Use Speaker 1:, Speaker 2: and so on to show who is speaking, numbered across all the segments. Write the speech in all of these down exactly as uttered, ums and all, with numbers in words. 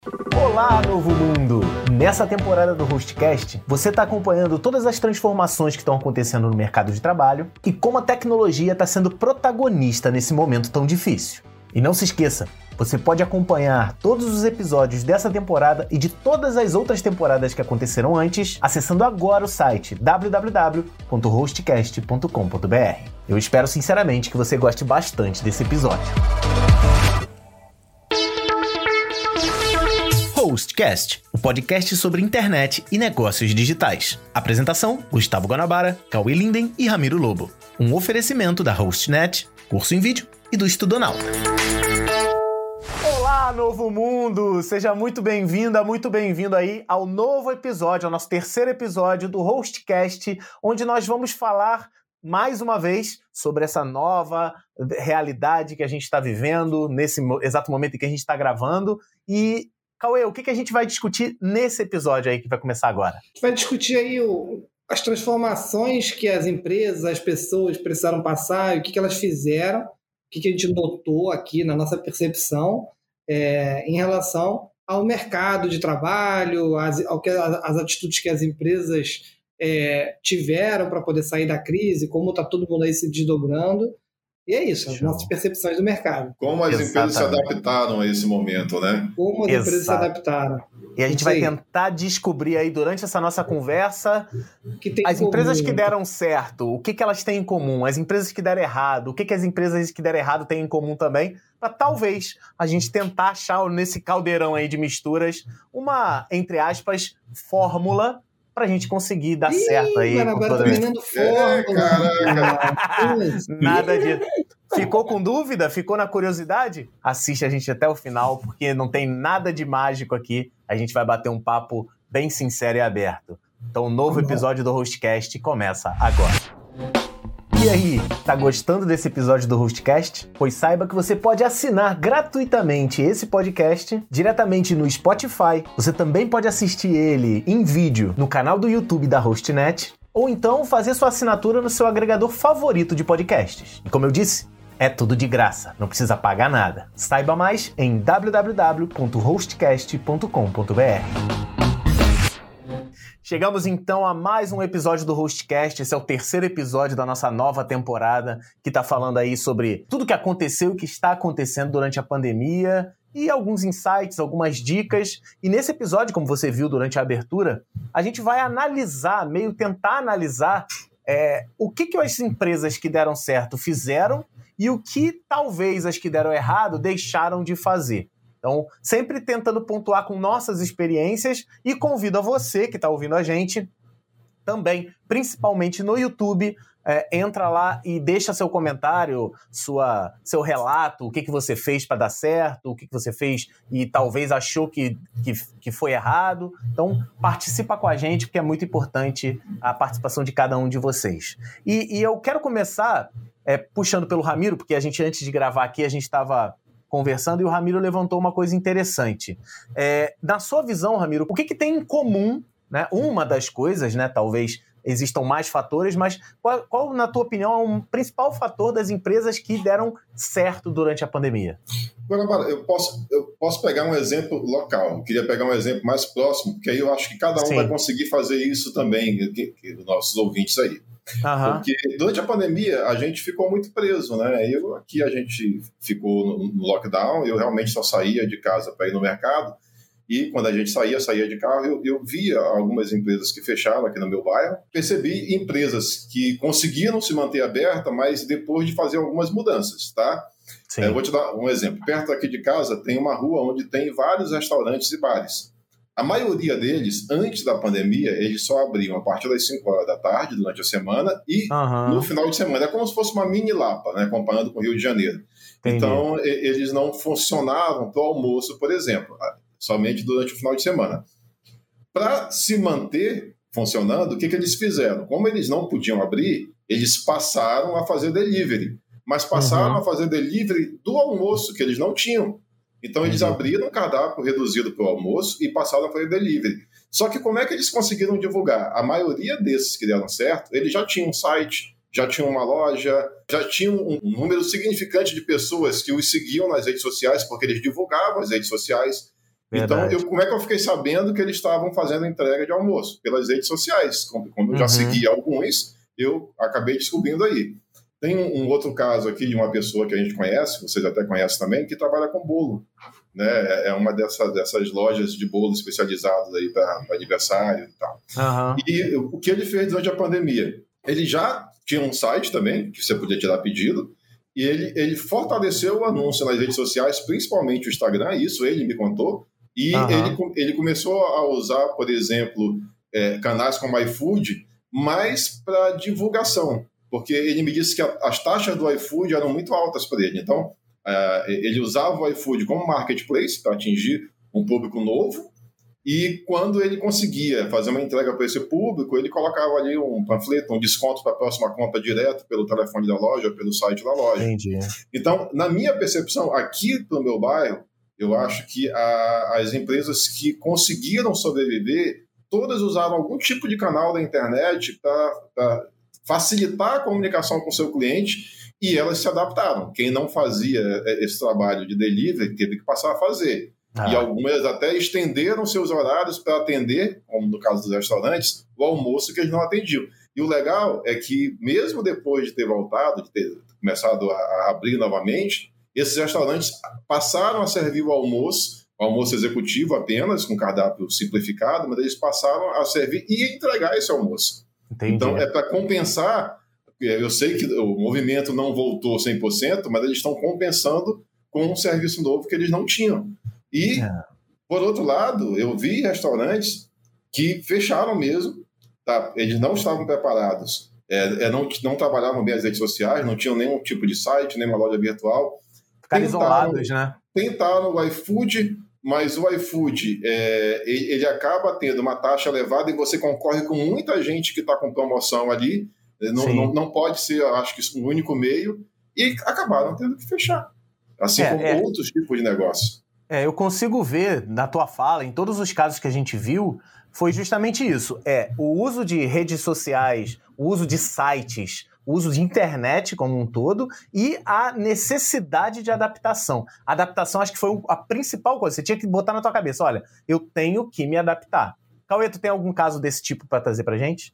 Speaker 1: Olá, novo mundo! Nessa temporada do Hostcast, você está acompanhando todas as transformações que estão acontecendo no mercado de trabalho e como a tecnologia está sendo protagonista nesse momento tão difícil. E não se esqueça, você pode acompanhar todos os episódios dessa temporada e de todas as outras temporadas que aconteceram antes, acessando agora o site w w w ponto hostcast ponto com ponto b r. Eu espero sinceramente que você goste bastante desse episódio. Hostcast, o podcast sobre internet e negócios digitais. Apresentação: Gustavo Guanabara, Cauê Linden e Ramiro Lobo. Um oferecimento da HostNet, curso em vídeo e do Estudonauta. Olá, novo mundo! Seja muito bem-vinda, muito bem-vindo aí ao novo episódio, ao nosso terceiro episódio do Hostcast, onde nós vamos falar mais uma vez sobre essa nova realidade que a gente está vivendo nesse exato momento em que a gente está gravando. E Cauê, o que, que a gente vai discutir nesse episódio aí que vai começar agora?
Speaker 2: A gente vai discutir aí o, as transformações que as empresas, as pessoas precisaram passar, o que, que elas fizeram, o que, que a gente notou aqui na nossa percepção é, em relação ao mercado de trabalho, as, ao que, as atitudes que as empresas é, tiveram para poder sair da crise, como está todo mundo aí se desdobrando. E é isso, as Show. nossas percepções do mercado.
Speaker 3: Como as Exatamente. empresas se adaptaram a esse momento, né?
Speaker 2: Como as
Speaker 1: Exato.
Speaker 2: empresas se adaptaram.
Speaker 1: E a gente vai tentar descobrir aí, durante essa nossa conversa,
Speaker 2: que tem
Speaker 1: as
Speaker 2: comum,
Speaker 1: empresas que deram certo, o que, que elas têm em comum, as empresas que deram errado, o que, que as empresas que deram errado têm em comum também, para talvez a gente tentar achar nesse caldeirão aí de misturas uma, entre aspas, fórmula pra gente conseguir dar Ih, certo aí.
Speaker 2: Cara, agora tá vendendo fórmula.
Speaker 1: Nada disso. Ficou com dúvida? Ficou na curiosidade? Assiste a gente até o final, porque não tem nada de mágico aqui. A gente vai bater um papo bem sincero e aberto. Então o novo episódio do Hostcast começa agora. E aí, tá gostando desse episódio do Hostcast? Pois saiba que você pode assinar gratuitamente esse podcast diretamente no Spotify. Você também pode assistir ele em vídeo no canal do YouTube da HostNet, ou então fazer sua assinatura no seu agregador favorito de podcasts. E como eu disse, é tudo de graça, não precisa pagar nada. Saiba mais em w w w ponto hostcast ponto com ponto b r. Chegamos então a mais um episódio do Hostcast. Esse é o terceiro episódio da nossa nova temporada, que está falando aí sobre tudo que aconteceu e que está acontecendo durante a pandemia e alguns insights, algumas dicas. E nesse episódio, como você viu durante a abertura, a gente vai analisar, meio tentar analisar é, o que, que as empresas que deram certo fizeram e o que talvez as que deram errado deixaram de fazer. Então, sempre tentando pontuar com nossas experiências e convido a você que está ouvindo a gente também, principalmente no YouTube, é, entra lá e deixa seu comentário, sua, seu relato, o que, que você fez para dar certo, o que, que você fez e talvez achou que, que, que foi errado. Então, participa com a gente, porque é muito importante a participação de cada um de vocês. E, e eu quero começar é, puxando pelo Ramiro, porque a gente, antes de gravar aqui, a gente estava conversando e o Ramiro levantou uma coisa interessante. É, na sua visão, Ramiro, o que, que tem em comum, né? Uma das coisas, né? Talvez existam mais fatores, mas qual, qual, na tua opinião, é o principal fator das empresas que deram certo durante a pandemia?
Speaker 3: Agora, eu posso, eu posso pegar um exemplo local. Eu queria pegar um exemplo mais próximo, porque aí eu acho que cada um Sim. vai conseguir fazer isso também, que, que, os nossos ouvintes aí. Uhum. Porque durante a pandemia a gente ficou muito preso, né? Eu, aqui a gente ficou no, no lockdown, eu realmente só saía de casa para ir no mercado, e quando a gente saía, saía de carro, eu, eu via algumas empresas que fecharam aqui no meu bairro, percebi empresas que conseguiram se manter abertas, mas depois de fazer algumas mudanças, tá? É, eu vou te dar um exemplo. Perto aqui de casa tem uma rua onde tem vários restaurantes e bares. A maioria deles, antes da pandemia, eles só abriam a partir das cinco horas da tarde, durante a semana, e uhum. no final de semana. É como se fosse uma mini Lapa, né, comparando com o Rio de Janeiro. Entendi. Então, e- eles não funcionavam para o almoço, por exemplo, somente durante o final de semana. Para se manter funcionando, o que, que eles fizeram? Como eles não podiam abrir, eles passaram a fazer delivery, mas passaram uhum. a fazer delivery do almoço, que eles não tinham. Então, eles uhum. abriram um cardápio reduzido para o almoço e passaram a fazer delivery. Só que como é que eles conseguiram divulgar? A maioria desses que deram certo, eles já tinham um site, já tinham uma loja, já tinham um número significante de pessoas que os seguiam nas redes sociais, porque eles divulgavam as redes sociais. Verdade. Então, eu, como é que eu fiquei sabendo que eles estavam fazendo entrega de almoço? Pelas redes sociais. Como, como eu já uhum. segui alguns, eu acabei descobrindo aí. Tem um, um outro caso aqui de uma pessoa que a gente conhece, vocês até conhecem também, que trabalha com bolo. Né? É uma dessas, dessas lojas de bolo especializadas aí para aniversário e tal. Uhum. E o que ele fez durante a pandemia? Ele já tinha um site também, que você podia tirar pedido, e ele, ele fortaleceu o anúncio nas redes sociais, principalmente o Instagram, isso ele me contou, e uhum. ele, ele começou a usar, por exemplo, é, canais como iFood, mais para divulgação, porque ele me disse que a, as taxas do iFood eram muito altas para ele, então uh, ele usava o iFood como marketplace para atingir um público novo, e quando ele conseguia fazer uma entrega para esse público, ele colocava ali um panfleto, um desconto para a próxima compra direto pelo telefone da loja, pelo site da loja.
Speaker 1: Entendi.
Speaker 3: Então, na minha percepção, aqui no meu bairro, eu acho que a, as empresas que conseguiram sobreviver, todas usaram algum tipo de canal da internet para facilitar a comunicação com o seu cliente, e elas se adaptaram. Quem não fazia esse trabalho de delivery teve que passar a fazer. Ah. E algumas até estenderam seus horários para atender, como no caso dos restaurantes, o almoço que eles não atendiam. E o legal é que, mesmo depois de ter voltado, de ter começado a abrir novamente, esses restaurantes passaram a servir o almoço, o almoço executivo apenas, com cardápio simplificado, mas eles passaram a servir e entregar esse almoço. Entendi. Então, é para compensar. Eu sei que o movimento não voltou cem por cento, mas eles estão compensando com um serviço novo que eles não tinham. E, é. por outro lado, eu vi restaurantes que fecharam mesmo, tá? Eles não estavam preparados, é, é, não, não trabalhavam bem as redes sociais, não tinham nenhum tipo de site, nenhuma loja virtual.
Speaker 1: Ficaram isolados, né?
Speaker 3: Tentaram o iFood, mas o iFood, é, ele, ele acaba tendo uma taxa elevada e você concorre com muita gente que está com promoção ali, não, não, não pode ser, acho que, um único meio, e acabaram tendo que fechar, assim é, como é. outros tipos de negócio.
Speaker 1: É, eu consigo ver na tua fala, em todos os casos que a gente viu, foi justamente isso. É, o uso de redes sociais, o uso de sites, o uso de internet como um todo e a necessidade de adaptação. A adaptação acho que foi a principal coisa. Você tinha que botar na tua cabeça, olha, eu tenho que me adaptar. Cauê, tu tem algum caso desse tipo para trazer pra gente?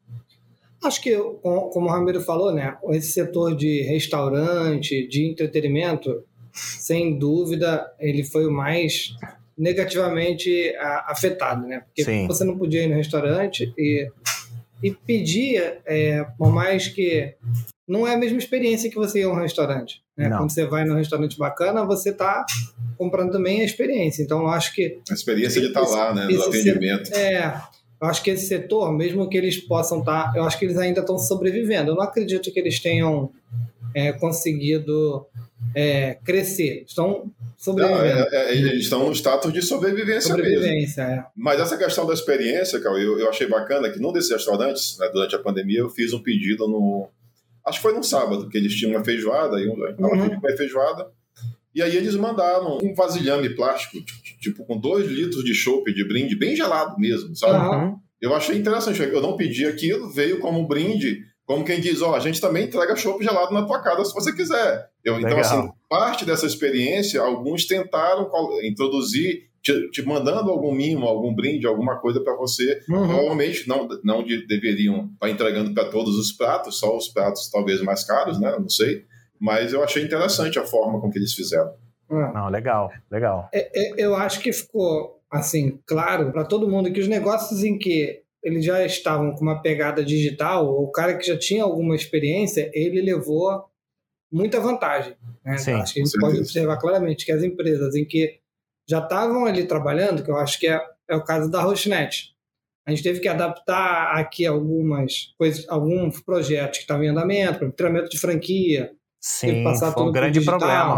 Speaker 2: Acho que, como o Ramiro falou, né, esse setor de restaurante, de entretenimento, sem dúvida, ele foi o mais negativamente afetado, né? Porque Sim. você não podia ir no restaurante e, e pedir, é, por mais que não é a mesma experiência que você ir a um restaurante, né? Quando você vai num restaurante bacana, você está comprando também a experiência. Então, eu acho que...
Speaker 3: A experiência de estar tá lá, né? No atendimento.
Speaker 2: É, eu acho que esse setor, mesmo que eles possam estar... Tá, eu acho que eles ainda estão sobrevivendo. Eu não acredito que eles tenham é, conseguido... É, crescer, estão sobrevivendo.
Speaker 3: Não, é, é, eles estão no status de sobrevivência,
Speaker 2: sobrevivência
Speaker 3: mesmo.
Speaker 2: É.
Speaker 3: Mas essa questão da experiência, Cal, eu, eu achei bacana que num desses restaurantes, né, durante a pandemia, eu fiz um pedido no... Acho que foi num sábado, que eles tinham uma feijoada, e eu estava pedindo uma feijoada, e aí eles mandaram um vasilhame plástico, tipo, com dois litros de chopp de brinde, bem gelado mesmo, sabe? Uhum. Eu achei interessante, eu não pedi aquilo, veio como brinde, como quem diz, ó, a gente também entrega chopp gelado na tua casa se você quiser. Eu, então, assim, parte dessa experiência, alguns tentaram introduzir, te, te mandando algum mimo, algum brinde, alguma coisa para você. Uhum. Provavelmente não, não de, deveriam estar entregando para todos os pratos, só os pratos talvez mais caros, né? Não sei. Mas eu achei interessante a forma com que eles fizeram.
Speaker 1: Não, legal, legal.
Speaker 2: É, é, eu acho que ficou, assim, claro para todo mundo que os negócios em que eles já estavam com uma pegada digital, o cara que já tinha alguma experiência, ele levou muita vantagem. Né? Sim, acho que a gente pode observar claramente que as empresas em que já estavam ali trabalhando, que eu acho que é, é o caso da Rochenet, a gente teve que adaptar aqui algumas coisas, alguns projetos que estavam em andamento, treinamento de franquia,
Speaker 1: Sim, passar foi um grande problema.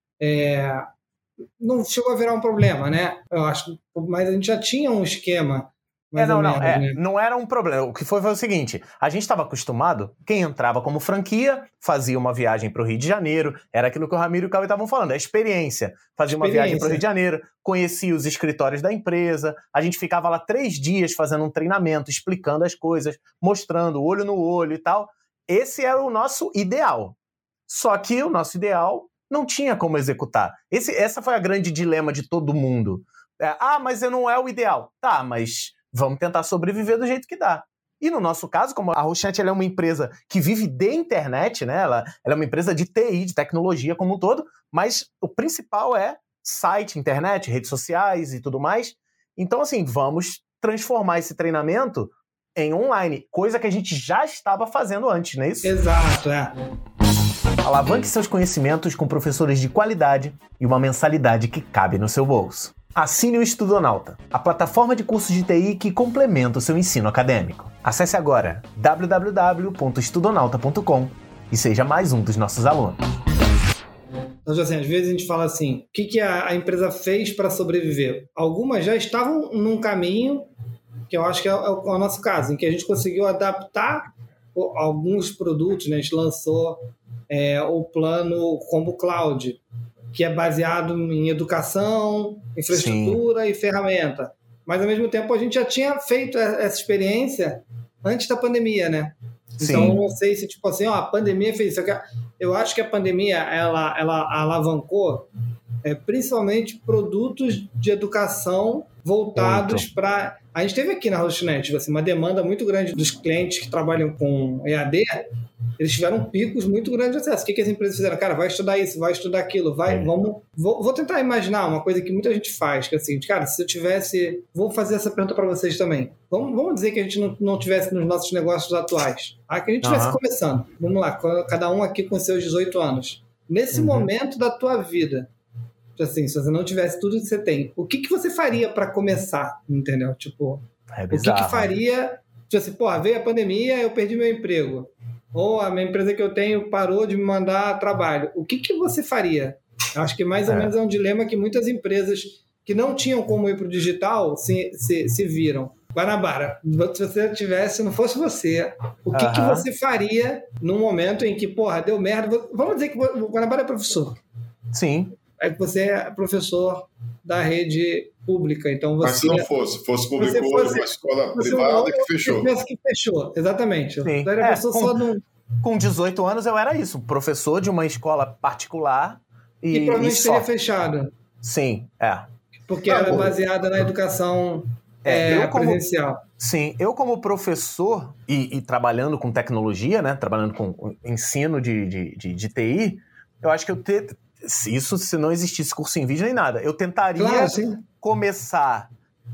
Speaker 2: É, não chegou a virar um problema, né? Eu acho, mas a gente já tinha um esquema.
Speaker 1: É, não, não, é, né? Não era um problema. O que foi foi o seguinte, a gente estava acostumado, quem entrava como franquia, fazia uma viagem para o Rio de Janeiro, era aquilo que o Ramiro e o Cauê estavam falando, a experiência. Fazia uma experiência. viagem para o Rio de Janeiro, conhecia os escritórios da empresa, a gente ficava lá três dias fazendo um treinamento, explicando as coisas, mostrando olho no olho e tal. Esse era o nosso ideal. Só que o nosso ideal não tinha como executar. Esse, essa foi a grande dilema de todo mundo. É, ah, mas não é o ideal. Tá, mas vamos tentar sobreviver do jeito que dá. E no nosso caso, como a Rochenet ela é uma empresa que vive de internet, né? Ela, ela é uma empresa de T I, de tecnologia como um todo, mas o principal é site, internet, redes sociais e tudo mais. Então, assim, vamos transformar esse treinamento em online, coisa que a gente já estava fazendo antes, não é isso?
Speaker 2: Exato, é.
Speaker 1: Alavanque seus conhecimentos com professores de qualidade e uma mensalidade que cabe no seu bolso. Assine o Estudonauta, a plataforma de cursos de T I que complementa o seu ensino acadêmico. Acesse agora w w w ponto estudonauta ponto com e seja mais um dos nossos alunos.
Speaker 2: Então, assim, às vezes a gente fala assim, o que, que a, a empresa fez para sobreviver? Algumas já estavam num caminho, que eu acho que é, é, o, é o nosso caso, em que a gente conseguiu adaptar alguns produtos, né? A gente lançou é, o plano Combo Cloud, que é baseado em educação, infraestrutura Sim. e ferramenta. Mas, ao mesmo tempo, a gente já tinha feito essa experiência antes da pandemia, né?
Speaker 1: Sim.
Speaker 2: Então, eu não sei se, tipo assim, ó, a pandemia fez isso. Eu acho que a pandemia, ela, ela alavancou é, principalmente produtos de educação voltados para... A gente teve aqui na Rochenet, tipo assim, uma demanda muito grande dos clientes que trabalham com E A D. Eles tiveram picos muito grandes de acesso. O que, que as empresas fizeram? Cara, vai estudar isso, vai estudar aquilo, vai, é. vamos... Vou, vou tentar imaginar uma coisa que muita gente faz, que é assim, cara, se eu tivesse... Vou fazer essa pergunta para vocês também. Vamos, vamos dizer que a gente não, não tivesse nos nossos negócios atuais. Ah, que a gente estivesse uhum. começando. Vamos lá, cada um aqui com seus dezoito anos. Nesse uhum. momento da tua vida, assim, se você não tivesse tudo que você tem, o que, que você faria para começar? Entendeu? Tipo,
Speaker 1: é bizarro,
Speaker 2: o que, que faria... Tipo assim, pô, veio a pandemia, eu perdi meu emprego. Ou a minha empresa que eu tenho parou de me mandar trabalho. O que, que você faria? Eu acho que mais ou é. menos é um dilema que muitas empresas que não tinham como ir para o digital se, se, se viram. Guanabara, se você tivesse, se não fosse você, o que, uh-huh. que você faria num momento em que, porra, deu merda? Vamos dizer que o Guanabara é professor.
Speaker 1: Sim.
Speaker 2: É que você é professor da rede pública, então você...
Speaker 3: Mas se não fosse, fosse público ou uma escola privada não, que fechou.
Speaker 2: Que fechou, exatamente.
Speaker 1: Sim.
Speaker 2: Era
Speaker 1: é,
Speaker 2: com,
Speaker 1: só num... com dezoito anos eu era isso, professor de uma escola particular e...
Speaker 2: E provavelmente
Speaker 1: e
Speaker 2: teria fechado.
Speaker 1: Sim, é.
Speaker 2: Porque ah, era baseada na educação é, é, como, presencial.
Speaker 1: Sim, eu como professor e, e trabalhando com tecnologia, né, trabalhando com ensino de, de, de, de T I, eu acho que eu ter... Isso se não existisse curso em vídeo nem nada. Eu tentaria claro, começar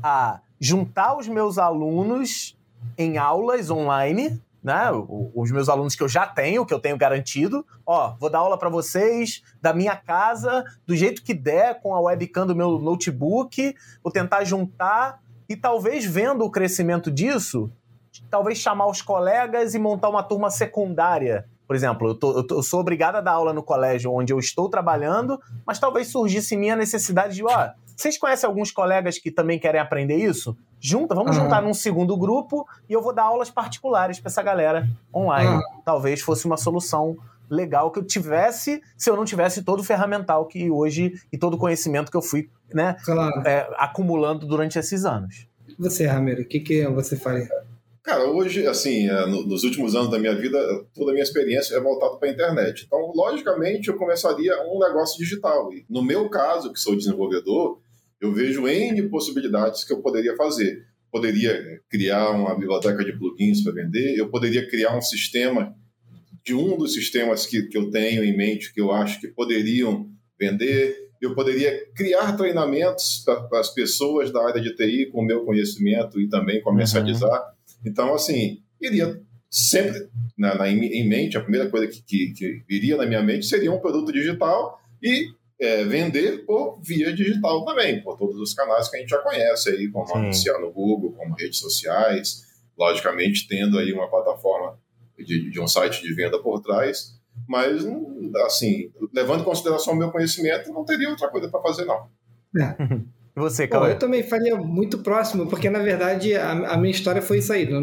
Speaker 1: a juntar os meus alunos em aulas online, né? Os meus alunos que eu já tenho, que eu tenho garantido. Ó, vou dar aula para vocês da minha casa, do jeito que der, com a webcam do meu notebook. Vou tentar juntar e talvez vendo o crescimento disso, talvez chamar os colegas e montar uma turma secundária. Por exemplo, eu, tô, eu, tô, eu sou obrigado a dar aula no colégio onde eu estou trabalhando, mas talvez surgisse em mim a necessidade de, ó, vocês conhecem alguns colegas que também querem aprender isso? Junta, vamos uhum. juntar num segundo grupo e eu vou dar aulas particulares para essa galera online. Uhum. Talvez fosse uma solução legal que eu tivesse, se eu não tivesse todo o ferramental que hoje e todo o conhecimento que eu fui, né, claro. é, acumulando durante esses anos.
Speaker 2: Você, Ramiro, o que, que você faria?
Speaker 3: Cara, hoje, assim, nos últimos anos da minha vida, toda a minha experiência é voltada para a internet. Então, logicamente, eu começaria um negócio digital. E no meu caso, que sou desenvolvedor, eu vejo N possibilidades que eu poderia fazer. Poderia criar uma biblioteca de plugins para vender, eu poderia criar um sistema de um dos sistemas que, que eu tenho em mente, que eu acho que poderiam vender. Eu poderia criar treinamentos para as pessoas da área de T I com o meu conhecimento e também comercializar. Uhum. Então, assim, iria sempre na, na, em mente, a primeira coisa que, que, que viria na minha mente seria um produto digital e é, vender por via digital também, por todos os canais que a gente já conhece aí, como Sim. anunciar no Google, como redes sociais, logicamente tendo aí uma plataforma de, de um site de venda por trás, mas, assim, levando em consideração o meu conhecimento, não teria outra coisa para fazer, não.
Speaker 2: É.
Speaker 1: Você,
Speaker 2: Bom, eu também faria muito próximo, porque na verdade a, a minha história foi isso aí.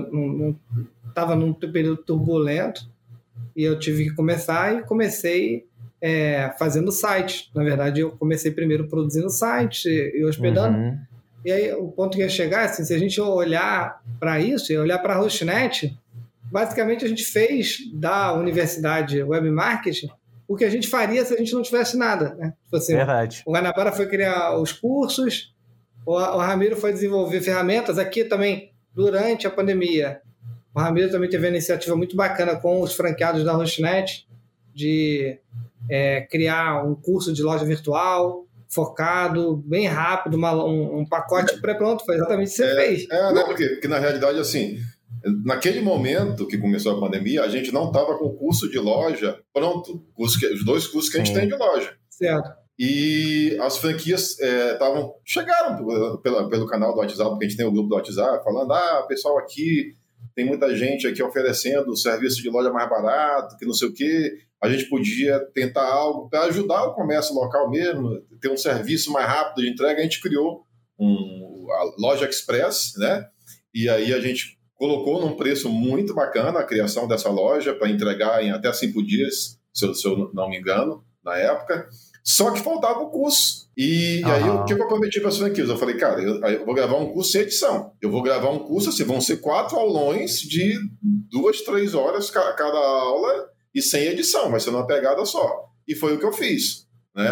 Speaker 2: Estava num período turbulento e eu tive que começar e comecei é, fazendo site. Na verdade, eu comecei primeiro produzindo site e hospedando. Uhum. E aí o ponto que ia chegar, assim, se a gente olhar para isso e olhar para a Rochenet, basicamente a gente fez da Universidade Web Marketing o que a gente faria se a gente não tivesse nada, né? Tipo assim,
Speaker 1: verdade.
Speaker 2: O Guanabara foi criar os cursos, o, o Ramiro foi desenvolver ferramentas aqui também durante a pandemia. O Ramiro também teve uma iniciativa muito bacana com os franqueados da HostNet de é, criar um curso de loja virtual focado, bem rápido, uma, um, um pacote pré-pronto. Foi exatamente o que você
Speaker 3: é,
Speaker 2: fez.
Speaker 3: É, né? Porque, porque na realidade, assim, naquele momento que começou a pandemia, a gente não estava com o curso de loja pronto, curso que, os dois cursos que a gente Sim. tem de loja.
Speaker 2: Certo.
Speaker 3: E as franquias estavam é, chegaram pelo, pelo canal do WhatsApp, porque a gente tem o grupo do WhatsApp, falando, ah, pessoal aqui, tem muita gente aqui oferecendo serviço de loja mais barato, que não sei o quê. A gente podia tentar algo para ajudar o comércio local mesmo, ter um serviço mais rápido de entrega. A gente criou um, a Loja Express, né? E aí a gente colocou num preço muito bacana a criação dessa loja para entregar em até cinco dias, se eu, se eu não me engano, na época. Só que faltava o curso. E, uhum. e aí, o que eu prometi para as franquias? Eu falei, cara, eu, eu vou gravar um curso sem edição. Eu vou gravar um curso, assim, vão ser quatro aulões de duas, três horas cada aula e sem edição, vai ser numa pegada só. E foi o que eu fiz. Né?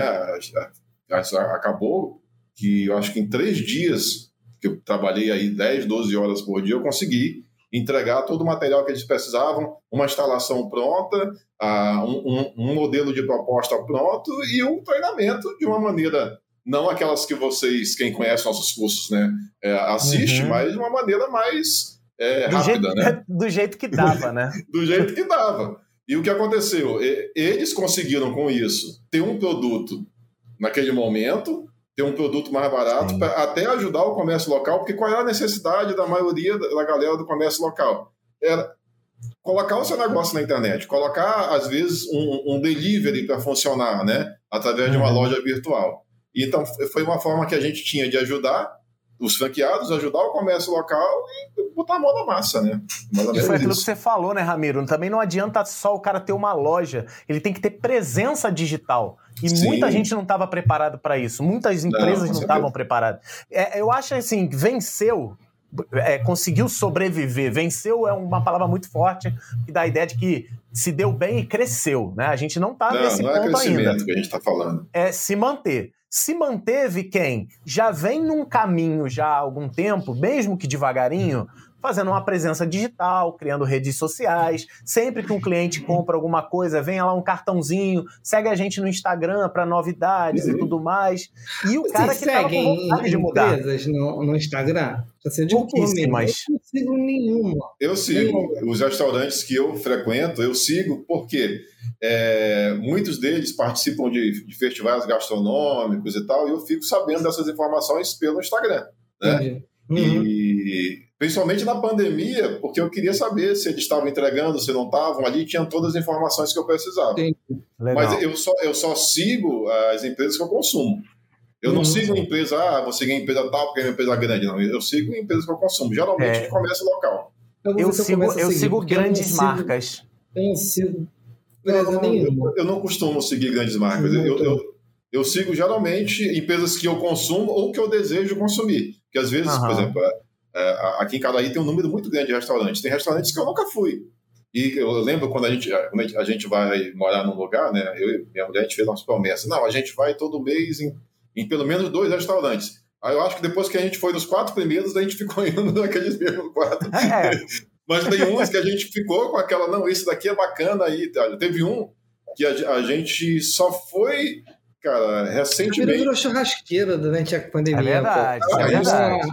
Speaker 3: Acabou que eu acho que em três dias, que eu trabalhei aí dez, doze horas por dia, eu consegui entregar todo o material que eles precisavam, uma instalação pronta, uh, um, um, um modelo de proposta pronto e um treinamento de uma maneira, não aquelas que vocês, quem conhece nossos cursos, né, é, assiste, uhum. mas de uma maneira mais é,
Speaker 1: do
Speaker 3: rápida.
Speaker 1: Jeito,
Speaker 3: né?
Speaker 1: Do jeito que dava, né?
Speaker 3: Do jeito que dava. E o que aconteceu? Eles conseguiram com isso ter um produto naquele momento, ter um produto mais barato, para até ajudar o comércio local, porque qual era a necessidade da maioria da galera do comércio local? Era colocar o seu negócio na internet, colocar, às vezes, um, um delivery para funcionar, né? Através de uma uhum. loja virtual. Então, foi uma forma que a gente tinha de ajudar os franqueados, ajudar o comércio local e botar a mão na massa, né?
Speaker 1: E foi aquilo que você falou, né, Ramiro? Também não adianta só o cara ter uma loja, ele tem que ter presença digital. E Sim. muita gente não estava preparada para isso. Muitas empresas não estavam preparadas. É, eu acho assim, venceu, é, conseguiu sobreviver. Venceu é uma palavra muito forte, que dá a ideia de que se deu bem e cresceu, né? A gente não está nesse
Speaker 3: não
Speaker 1: ponto
Speaker 3: ainda. Não é crescimento
Speaker 1: ainda.
Speaker 3: que a gente está falando.
Speaker 1: É se manter. Se manteve quem já vem num caminho já há algum tempo, mesmo que devagarinho, fazendo uma presença digital, criando redes sociais. Sempre que um cliente compra alguma coisa, vem lá um cartãozinho, segue a gente no Instagram para novidades uhum. e tudo mais. E o
Speaker 2: Vocês
Speaker 1: cara que estava com vontade de mudar.
Speaker 2: Empresas no, no Instagram? Você diz
Speaker 1: pouquíssimas.
Speaker 2: Eu não sigo nenhuma.
Speaker 3: Eu sigo. Nenhuma. Os restaurantes que eu frequento, eu sigo porque é, muitos deles participam de, de festivais gastronômicos e tal, e eu fico sabendo dessas informações pelo Instagram. Né? Uhum. E principalmente na pandemia, porque eu queria saber se eles estavam entregando, se não estavam ali, tinham todas as informações que eu precisava. Mas eu só, eu só sigo as empresas que eu consumo. Eu não uhum. sigo empresa, ah, vou seguir empresa tal porque é uma empresa grande, não. Eu sigo empresas que eu consumo, geralmente é. de comércio local.
Speaker 1: Eu, eu sigo, eu sigo grandes eu marcas.
Speaker 2: Eu não sigo empresa nenhuma.
Speaker 3: Eu, eu não costumo seguir grandes marcas. Eu, eu, eu, eu sigo geralmente empresas que eu consumo ou que eu desejo consumir. Porque às vezes, uhum. por exemplo, aqui em Caraí tem um número muito grande de restaurantes. Tem restaurantes que eu nunca fui. E eu lembro quando a gente, quando a gente vai morar num lugar, né? Eu e minha mulher, a gente fez nossa promessa. Não, a gente vai todo mês em, em pelo menos dois restaurantes. Aí eu acho que depois que a gente foi nos quatro primeiros, a gente ficou indo naqueles mesmos quatro. É. Mas tem uns que a gente ficou com aquela, não, esse daqui é bacana aí. Teve um que a, a gente só foi... Cara, recentemente...
Speaker 2: Ele virou churrasqueira durante a pandemia.
Speaker 1: É verdade, pô. é verdade.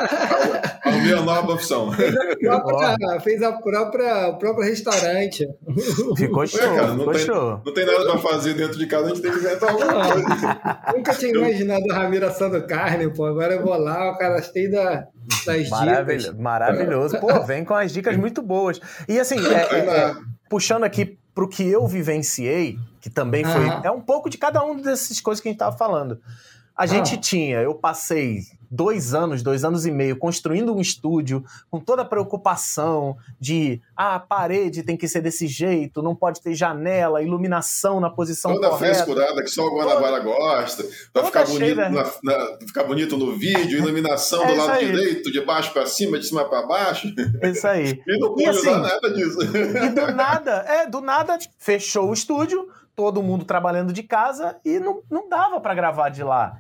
Speaker 3: A minha nova opção.
Speaker 2: Fez a própria, fez a própria, o próprio restaurante.
Speaker 1: Ficou show,
Speaker 3: é, cara, não
Speaker 1: ficou
Speaker 3: tem,
Speaker 1: show.
Speaker 3: Não tem nada pra fazer dentro de casa, a gente tem que inventar alguma coisa.
Speaker 2: Nunca tinha imaginado o Ramiro assando carne, pô. Agora eu vou lá, o cara gostei da, das
Speaker 1: Maravilha,
Speaker 2: dicas.
Speaker 1: Maravilhoso. Pô, vem com as dicas muito boas. E assim, é, é, é, puxando aqui pro que eu vivenciei, que também foi... Ah. É um pouco de cada uma dessas coisas que a gente estava falando. A ah. gente tinha... Eu passei dois anos, dois anos e meio construindo um estúdio com toda a preocupação de ah, a parede tem que ser desse jeito, não pode ter janela, iluminação na posição
Speaker 3: toda
Speaker 1: correta.
Speaker 3: Toda frescurada que só o Guanabara gosta, para ficar bonito, na, na, ficar bonito no vídeo, iluminação é do lado aí. Direito, de baixo para cima, de cima para baixo.
Speaker 1: Isso aí.
Speaker 3: E não pude assim, usar nada disso.
Speaker 1: E do nada, é, do nada fechou o estúdio, todo mundo trabalhando de casa e não, não dava para gravar de lá.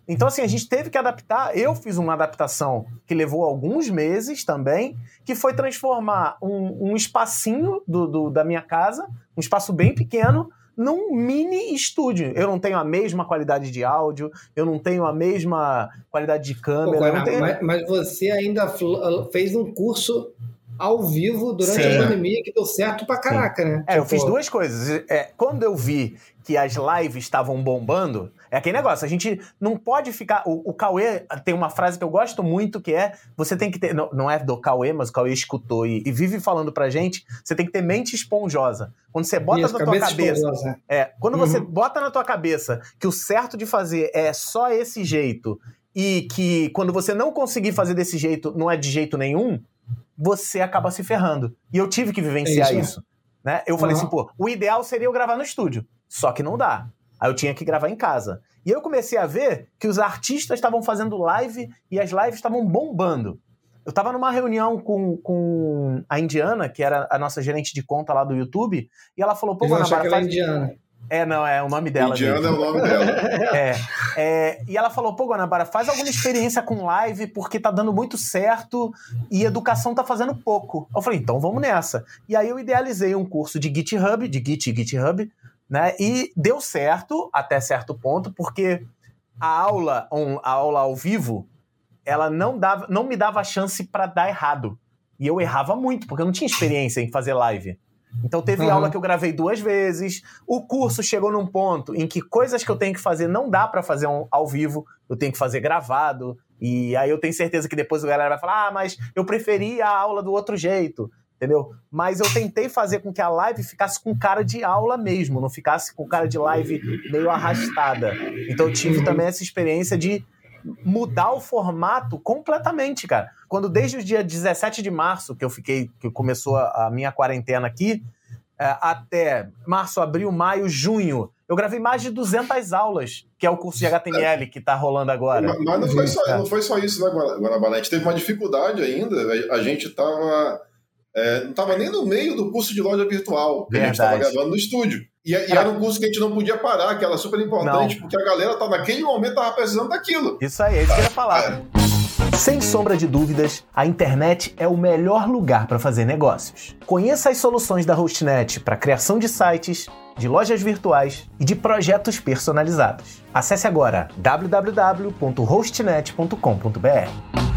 Speaker 1: Então, assim, a gente teve que adaptar. Eu fiz uma adaptação que levou alguns meses também, que foi transformar um, um espacinho do, do, da minha casa, um espaço bem pequeno, num mini estúdio. Eu não tenho a mesma qualidade de áudio, eu não tenho a mesma qualidade de câmera. Pô,
Speaker 2: Guaraná,
Speaker 1: tenho...
Speaker 2: mas, mas você ainda fez um curso ao vivo durante Sim. a pandemia que deu certo pra caraca, Sim. né?
Speaker 1: É, tipo... eu fiz duas coisas. É, quando eu vi que as lives estavam bombando, é aquele negócio, a gente não pode ficar... O, o Cauê tem uma frase que eu gosto muito, que é, você tem que ter... Não, não é do Cauê, mas o Cauê escutou e, e vive falando pra gente, você tem que ter mente esponjosa. Quando você bota Isso, na tua cabeça... É, quando uhum. você bota na tua cabeça que o certo de fazer é só esse jeito, e que quando você não conseguir fazer desse jeito, não é de jeito nenhum, você acaba se ferrando. E eu tive que vivenciar é isso. isso né? Eu uhum. falei assim, pô, o ideal seria eu gravar no estúdio, só que não dá. Aí eu tinha que gravar em casa. E eu comecei a ver que os artistas estavam fazendo live e as lives estavam bombando. Eu estava numa reunião com, com a Indiana, que era a nossa gerente de conta lá do YouTube, e ela falou, pô, Guanabara, faz...
Speaker 2: Indiana.
Speaker 1: É, não, é o nome dela.
Speaker 3: Indiana é o nome dela.
Speaker 1: É, é, e ela falou, pô, Guanabara, faz alguma experiência com live, porque tá dando muito certo e educação tá fazendo pouco. Eu falei, então vamos nessa. E aí eu idealizei um curso de GitHub, de Git e GitHub, né? E deu certo até certo ponto, porque a aula, um, a aula ao vivo, ela não, dava, não me dava chance para dar errado. E eu errava muito, porque eu não tinha experiência em fazer live. Então teve uhum. aula que eu gravei duas vezes, o curso chegou num ponto em que coisas que eu tenho que fazer não dá pra fazer um, ao vivo, eu tenho que fazer gravado, e aí eu tenho certeza que depois a galera vai falar, ah, mas eu preferi a aula do outro jeito, entendeu? Mas eu tentei fazer com que a live ficasse com cara de aula mesmo, não ficasse com cara de live meio arrastada. Então eu tive também essa experiência de mudar o formato completamente, cara. Quando desde o dia dezessete de março, que eu fiquei, que começou a, a minha quarentena aqui, é, até março, abril, maio, junho, eu gravei mais de duzentas aulas, que é o curso de H T M L que tá rolando agora.
Speaker 3: Mas, mas não, foi só, não foi só isso, né, Guanabara? A gente teve uma dificuldade ainda, a gente tava... É, não estava nem no meio do curso de loja virtual, que Verdade. a gente estava gravando no estúdio. E, e era um curso que a gente não podia parar, que era super importante, não. porque a galera tá, naquele momento estava precisando daquilo.
Speaker 1: Isso aí, é isso que eu ia falar. É. Sem sombra de dúvidas, a internet é o melhor lugar para fazer negócios. Conheça as soluções da Hostnet para criação de sites, de lojas virtuais e de projetos personalizados. Acesse agora w w w ponto hostnet ponto com ponto b r.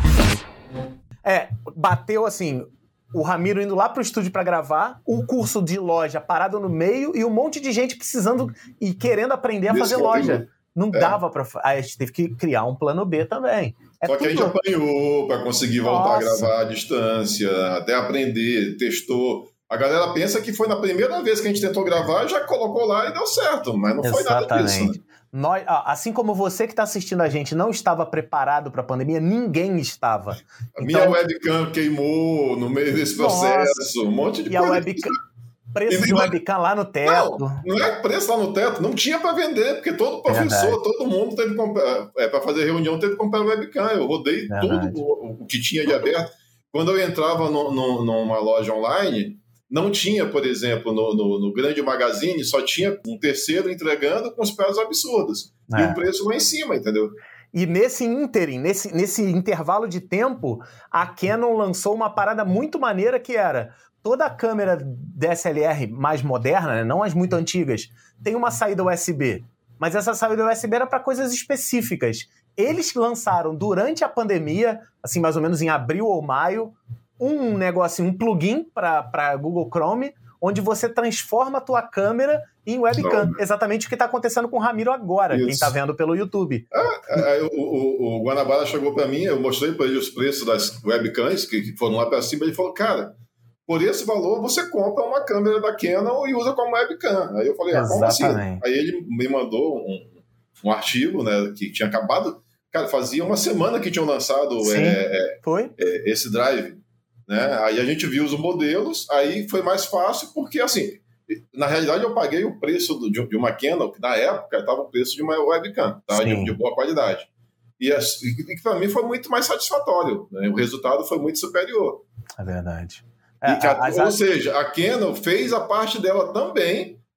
Speaker 1: É, bateu assim... O Ramiro indo lá pro estúdio para gravar, o curso de loja parado no meio e um monte de gente precisando e querendo aprender a fazer loja. Não é. dava para... Aí a gente teve que criar um plano B também.
Speaker 3: É Só que tudo... a gente apanhou para conseguir voltar Nossa. a gravar à distância, até aprender, testou. A galera pensa que foi na primeira vez que a gente tentou gravar, já colocou lá e deu certo, mas não Exatamente. foi nada disso. Né?
Speaker 1: Nós, assim como você que está assistindo a gente não estava preparado para a pandemia, ninguém estava.
Speaker 3: A então... minha webcam queimou no meio desse processo, Nossa. um monte de
Speaker 1: e
Speaker 3: coisa.
Speaker 1: A webcam... Preço de webcam lá no teto.
Speaker 3: Não, não é preço lá no teto, não tinha para vender, porque todo professor, Verdade. todo mundo teve que comprar, é, para fazer reunião teve que comprar webcam. Eu rodei Verdade. tudo o, o que tinha de aberto. Quando eu entrava no, no, numa loja online, não tinha, por exemplo, no, no, no grande magazine, só tinha um terceiro entregando com os preços absurdos. É. E o preço lá em cima, entendeu?
Speaker 1: E nesse ínterim, nesse, nesse intervalo de tempo, a Canon lançou uma parada muito maneira que era... Toda a câmera D S L R mais moderna, né, não as muito antigas, tem uma saída U S B. Mas essa saída U S B era para coisas específicas. Eles lançaram durante a pandemia, assim mais ou menos em abril ou maio, um negócio, um plugin para Google Chrome, onde você transforma a tua câmera em webcam. Não. Exatamente o que está acontecendo com o Ramiro agora, Isso. quem está vendo pelo YouTube.
Speaker 3: Ah, é, o, o, o Guanabara chegou para mim, eu mostrei para ele os preços das webcams, que foram lá para cima, ele falou, cara... Por esse valor, você compra uma câmera da Canon e usa como webcam. Aí eu falei, ah, como assim? Aí ele me mandou um, um artigo, né, que tinha acabado... Cara, fazia uma semana que tinham lançado é,
Speaker 1: foi?
Speaker 3: É, esse drive. Né? Aí a gente viu os modelos, aí foi mais fácil, porque, assim, na realidade eu paguei o preço do, de uma Canon, que na época estava o preço de uma webcam, tá? de, de boa qualidade. E, e para mim foi muito mais satisfatório. Né? O resultado foi muito superior.
Speaker 1: É verdade.
Speaker 3: É, a, ou a... seja, a Canon fez a parte dela também,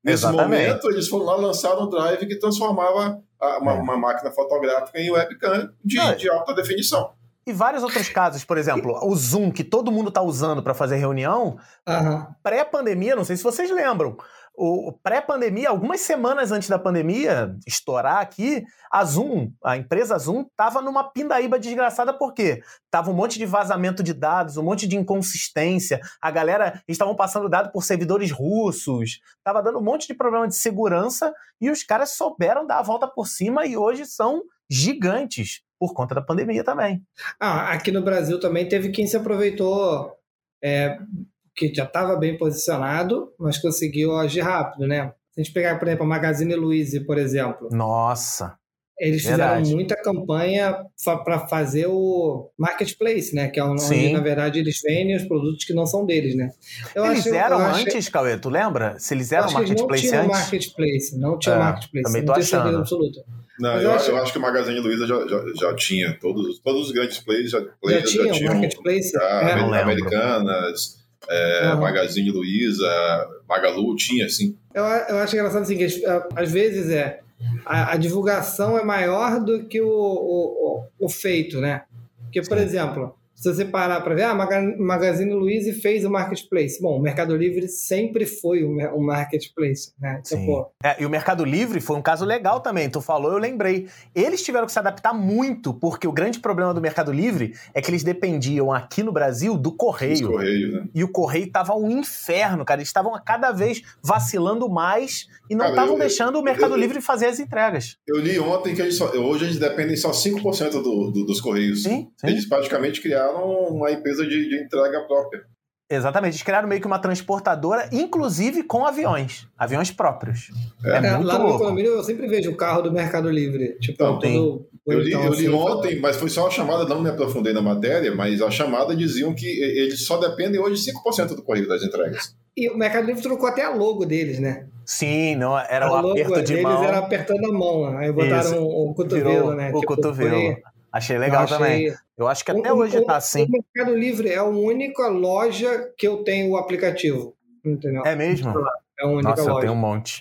Speaker 3: Nesse Exatamente. momento, eles foram lá lançar um drive que transformava a, uma, é. uma máquina fotográfica em webcam de, é. de alta definição.
Speaker 1: E vários outros casos, por exemplo, o Zoom, que todo mundo está usando para fazer reunião, uhum. pré-pandemia, não sei se vocês lembram, o pré-pandemia, algumas semanas antes da pandemia estourar aqui, a Zoom, a empresa Zoom, estava numa pindaíba desgraçada, por quê? Tava um monte de vazamento de dados, um monte de inconsistência, a galera, estavam passando dado por servidores russos, estava dando um monte de problema de segurança, e os caras souberam dar a volta por cima e hoje são gigantes, por conta da pandemia também.
Speaker 2: Ah, aqui no Brasil também teve quem se aproveitou... É... que já estava bem posicionado, mas conseguiu agir rápido, né? Se a gente pegar, por exemplo, a Magazine Luiza, por exemplo.
Speaker 1: Nossa!
Speaker 2: Eles verdade. fizeram muita campanha para fazer o marketplace, né? Que é onde, na verdade, eles vendem os produtos que não são deles, né?
Speaker 1: Eu eles achei, eram eu antes, achei... Cauê, tu lembra? Se eles eram marketplace
Speaker 2: não
Speaker 1: antes?
Speaker 2: Não marketplace, não tinha é, marketplace.
Speaker 1: Também tô
Speaker 2: não
Speaker 1: achando.
Speaker 2: Absoluta.
Speaker 3: Não, eu, eu, acho... eu acho que o Magazine Luiza já, já, já tinha. Todos, todos os grandes players já, players
Speaker 2: já,
Speaker 3: já tinham.
Speaker 2: Marketplace?
Speaker 3: Já, é, Americanas... É, uhum. Magazine Luiza, Magalu, tinha, assim.
Speaker 2: Eu, eu acho engraçado assim, que às vezes é a, a divulgação é maior do que o, o, o, o feito, né? Porque, por Sim. exemplo, se você parar para ver, ah, Magazine Luiza fez o marketplace. Bom, o Mercado Livre sempre foi o marketplace, né?
Speaker 1: Então, é, e o Mercado Livre foi um caso legal também. Tu falou, eu lembrei. Eles tiveram que se adaptar muito, porque o grande problema do Mercado Livre é que eles dependiam aqui no Brasil do correio.
Speaker 3: correio né?
Speaker 1: E o correio tava um inferno, cara. Eles estavam a cada vez vacilando mais e não estavam deixando eu, o Mercado eu, Livre fazer as entregas.
Speaker 3: Eu li ontem que eles só, hoje eles dependem só cinco por cento do, do, dos correios.
Speaker 1: Sim, sim.
Speaker 3: Eles praticamente criaram uma empresa de, de entrega própria.
Speaker 1: Exatamente, eles criaram meio que uma transportadora, inclusive com aviões, aviões próprios. É, é muito
Speaker 2: lá
Speaker 1: louco.
Speaker 2: no Economia eu sempre vejo o carro do Mercado Livre. Tipo,
Speaker 3: então,
Speaker 2: todo
Speaker 3: eu li, eu li ontem, mas foi só a chamada, não me aprofundei na matéria, mas a chamada diziam que eles só dependem hoje de cinco por cento do correio das entregas.
Speaker 2: E o Mercado Livre trocou até a logo deles, né?
Speaker 1: Sim, não, era o um aperto de mão.
Speaker 2: Eles era apertando a mão, aí botaram o, o cotovelo,
Speaker 1: Virou
Speaker 2: né?
Speaker 1: O
Speaker 2: tipo,
Speaker 1: cotovelo.
Speaker 2: Foi...
Speaker 1: Achei legal achei... também. Eu acho que até o, hoje o, tá assim.
Speaker 2: O Mercado Livre é a única loja que eu tenho o aplicativo. Entendeu?
Speaker 1: É mesmo?
Speaker 2: É a única
Speaker 1: Nossa,
Speaker 2: loja.
Speaker 1: eu tenho um monte.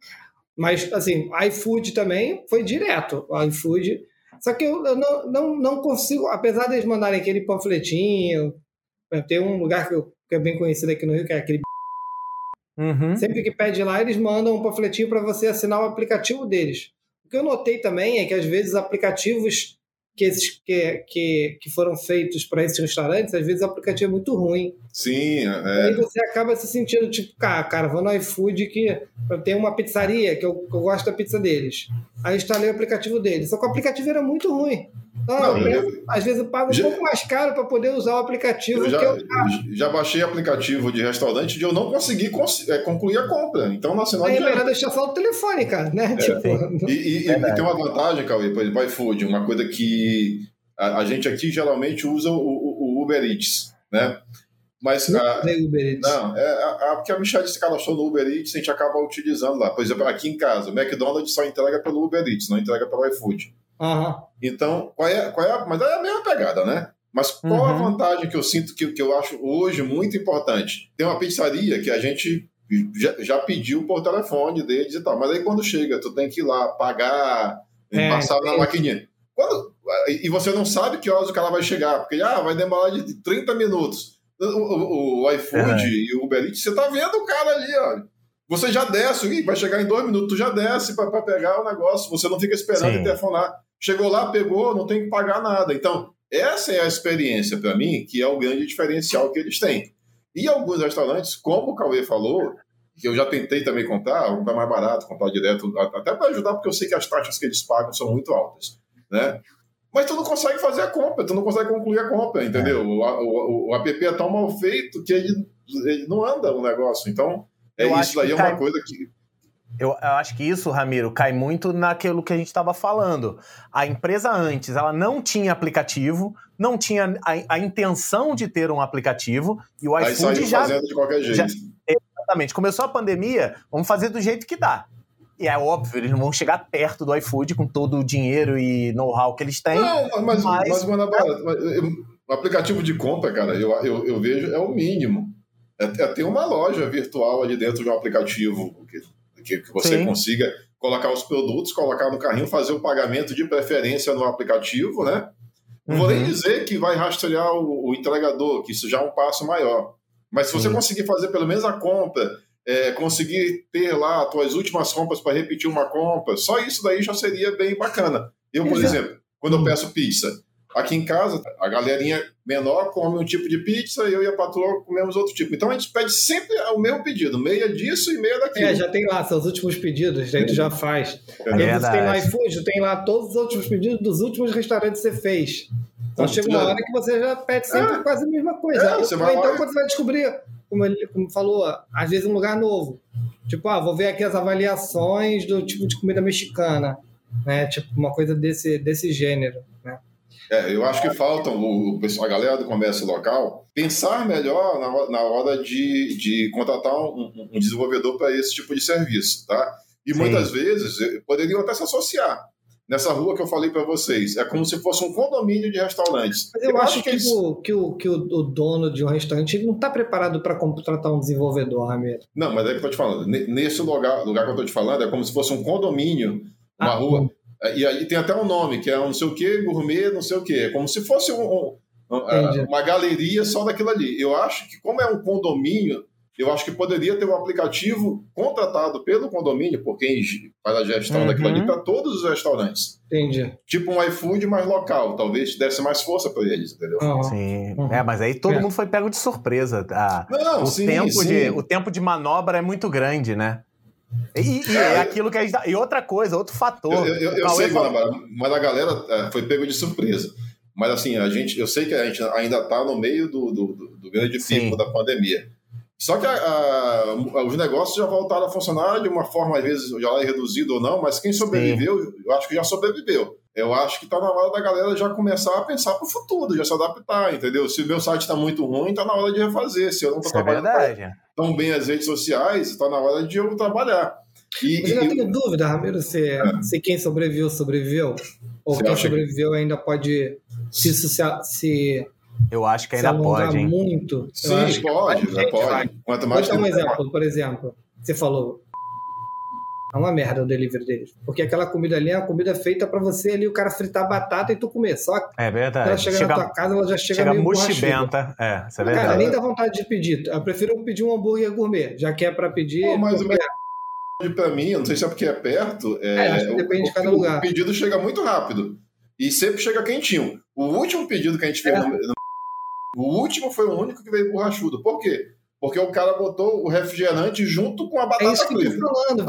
Speaker 2: Mas, assim, iFood também foi direto. O iFood. Só que eu, eu não, não, não consigo, apesar deles mandarem aquele panfletinho, tem um lugar que, eu, que é bem conhecido aqui no Rio, que é aquele.
Speaker 1: Uhum.
Speaker 2: Sempre que pede lá, eles mandam um panfletinho para você assinar o aplicativo deles. O que eu notei também é que, às vezes, aplicativos que, esses, que, que, que foram feitos para esses restaurantes, às vezes o aplicativo é muito ruim.
Speaker 3: Sim, é.
Speaker 2: E aí você acaba se sentindo tipo, cara, cara vou no iFood que tem uma pizzaria que eu, que eu gosto da pizza deles. Aí instalei o aplicativo deles. Só que o aplicativo era muito ruim. Então, não, eu, eu, às vezes eu pago já, um pouco mais caro para poder usar o aplicativo.
Speaker 3: Eu já,
Speaker 2: que eu...
Speaker 3: já baixei aplicativo de restaurante e eu não consegui cons- é, concluir a compra. Então, na
Speaker 2: Aí é melhor deixar só o telefone, cara, né?
Speaker 3: É,
Speaker 2: tipo...
Speaker 3: E, e, é e tem uma vantagem, Cauê, por exemplo, iFood, uma coisa que a, a gente aqui geralmente usa o, o, o Uber Eats, né? Mas
Speaker 2: não,
Speaker 3: a,
Speaker 2: Uber Eats.
Speaker 3: não, é a, a, porque a Michelle se cadastrou no Uber Eats, a gente acaba utilizando lá. Por exemplo, aqui em casa, o McDonald's só entrega pelo Uber Eats, não entrega pelo iFood.
Speaker 2: Uhum.
Speaker 3: Então, qual é, qual é a, mas é a mesma pegada, né? Mas qual uhum. a vantagem que eu sinto, que, que eu acho hoje muito importante? Tem uma pizzaria que a gente já, já pediu por telefone deles e tal, mas aí quando chega, tu tem que ir lá pagar, é, passar é. na maquininha. Quando, e você não sabe que horas o cara vai chegar, porque ah, vai demorar de trinta minutos. O, o, o iFood é. e o Uber Eats, você tá vendo o cara ali, ó. Você já desce, vai chegar em dois minutos, tu já desce para pegar o negócio, você não fica esperando Sim. telefonar. Chegou lá, pegou, não tem que pagar nada. Então, essa é a experiência para mim, que é o grande diferencial que eles têm. E alguns restaurantes, como o Cauê falou, que eu já tentei também comprar, comprar mais barato, comprar direto, até para ajudar, porque eu sei que as taxas que eles pagam são muito altas, né? Mas tu não consegue fazer a compra, tu não consegue concluir a compra, entendeu? É. O, o, o app é tão mal feito que ele, ele não anda o negócio. Então, é eu isso daí é uma cai... coisa que...
Speaker 1: Eu, eu acho que isso, Ramiro, cai muito naquilo que a gente estava falando. A empresa antes, ela não tinha aplicativo, não tinha a, a intenção de ter um aplicativo, e o
Speaker 3: iFood
Speaker 1: já... Aí
Speaker 3: saiu fazendo de qualquer jeito.
Speaker 1: Já, exatamente. Começou a pandemia, vamos fazer do jeito que dá. E é óbvio, eles não vão chegar perto do iFood com todo o dinheiro e know-how que eles têm.
Speaker 3: Não, mas, mas, mas, Guanabara, o aplicativo de compra, cara, eu, eu, eu vejo, é o mínimo. É, é ter uma loja virtual ali dentro de um aplicativo que, que, que você
Speaker 1: Sim.
Speaker 3: consiga colocar os produtos, colocar no carrinho, fazer o pagamento de preferência no aplicativo, né? Não vou nem dizer que vai rastrear o, o entregador, que isso já é um passo maior. Mas se você Sim. conseguir fazer pelo menos a compra, é, conseguir ter lá as suas últimas compras para repetir uma compra, só isso daí já seria bem bacana. Eu, por Exato. exemplo, quando eu peço pizza, aqui em casa, a galerinha menor come um tipo de pizza e eu e a patroa comemos outro tipo. Então a gente pede sempre o mesmo pedido, meia disso e meia daquilo.
Speaker 2: É, já tem lá seus últimos pedidos, daí tu já faz. É aí você tem lá iFood, tem lá todos os últimos pedidos dos últimos restaurantes que você fez. Então chega uma hora que você já pede sempre é. quase a mesma coisa. É, você vai então lá... quando você vai descobrir, como ele como falou, às vezes um lugar novo. Tipo, ah, vou ver aqui as avaliações do tipo de comida mexicana, né? Tipo, uma coisa desse, desse gênero, né?
Speaker 3: É, eu acho que faltam, o, a galera do comércio local, pensar melhor na, na hora de, de contratar um, um desenvolvedor para esse tipo de serviço, tá? E Sim. muitas vezes poderiam até se associar. Nessa rua que eu falei para vocês, é como se fosse um condomínio de restaurantes.
Speaker 2: Mas eu, eu acho, acho que, que, o, que, o, que o, o dono de um restaurante ele não está preparado para contratar um desenvolvedor, Ramiro.
Speaker 3: Não, mas é que eu estou te falando. Nesse lugar, lugar que eu estou te falando, é como se fosse um condomínio, uma ah, rua... Hum. E aí tem até um nome, que é um não sei o que, gourmet, não sei o que. É como se fosse um, um, uma galeria só daquilo ali. Eu acho que, como é um condomínio, eu acho que poderia ter um aplicativo contratado pelo condomínio, por quem faz a gestão uhum. daquilo ali, para todos os restaurantes.
Speaker 2: Entendi.
Speaker 3: Tipo um iFood mais local. Talvez desse mais força para eles, entendeu?
Speaker 1: Uhum. Sim. Uhum. É, mas aí todo é. mundo foi pego de surpresa. Ah,
Speaker 3: não,
Speaker 1: o,
Speaker 3: sim,
Speaker 1: tempo
Speaker 3: sim.
Speaker 1: De, o tempo de manobra é muito grande, né? E, e é aquilo que a gente dá. E outra coisa, outro fator.
Speaker 3: Eu, eu, eu sei, falou... mas a galera foi pego de surpresa. Mas assim, a gente, eu sei que a gente ainda está no meio do, do, do grande pico da pandemia. Só que a, a, os negócios já voltaram a funcionar de uma forma, às vezes, já reduzida ou não, mas quem sobreviveu, Sim. eu acho que já sobreviveu. Eu acho que está na hora da galera já começar a pensar para o futuro, já se adaptar, entendeu? Se o meu site está muito ruim, está na hora de refazer. Se eu não estou trabalhando
Speaker 1: é
Speaker 3: tão bem as redes sociais, está na hora de eu trabalhar.
Speaker 2: E, eu não tenho e, dúvida, Ramiro, se, é. se quem sobreviveu, sobreviveu, ou Você quem sobreviveu que... ainda pode se, se
Speaker 1: eu acho que ainda pode, hein?
Speaker 2: Muito.
Speaker 3: Sim, acho pode, que pode. pode. Quanto mais
Speaker 2: Vou dar um exemplo, por exemplo. Você falou, é uma merda o delivery deles. Porque aquela comida ali é uma comida feita pra você ali, o cara fritar batata e tu comer. Só que
Speaker 1: é verdade.
Speaker 2: ela chega, chega na tua casa, ela já chega,
Speaker 1: chega
Speaker 2: meio
Speaker 1: mochibenta. É, isso é verdade.
Speaker 2: Cara, nem dá vontade de pedir. Eu prefiro pedir um hambúrguer gourmet, já que é pra pedir...
Speaker 3: Pô, mas o melhor pra mim, eu não sei se é porque é perto, é,
Speaker 2: é, acho que depende
Speaker 3: o,
Speaker 2: de cada
Speaker 3: o,
Speaker 2: lugar.
Speaker 3: O pedido chega muito rápido. E sempre chega quentinho. O último pedido que a gente fez... É. No, no, o último foi o único que veio borrachudo. Por quê? Porque o cara botou o refrigerante junto com a batata
Speaker 2: frita. É isso que
Speaker 3: frita.
Speaker 2: eu tô falando.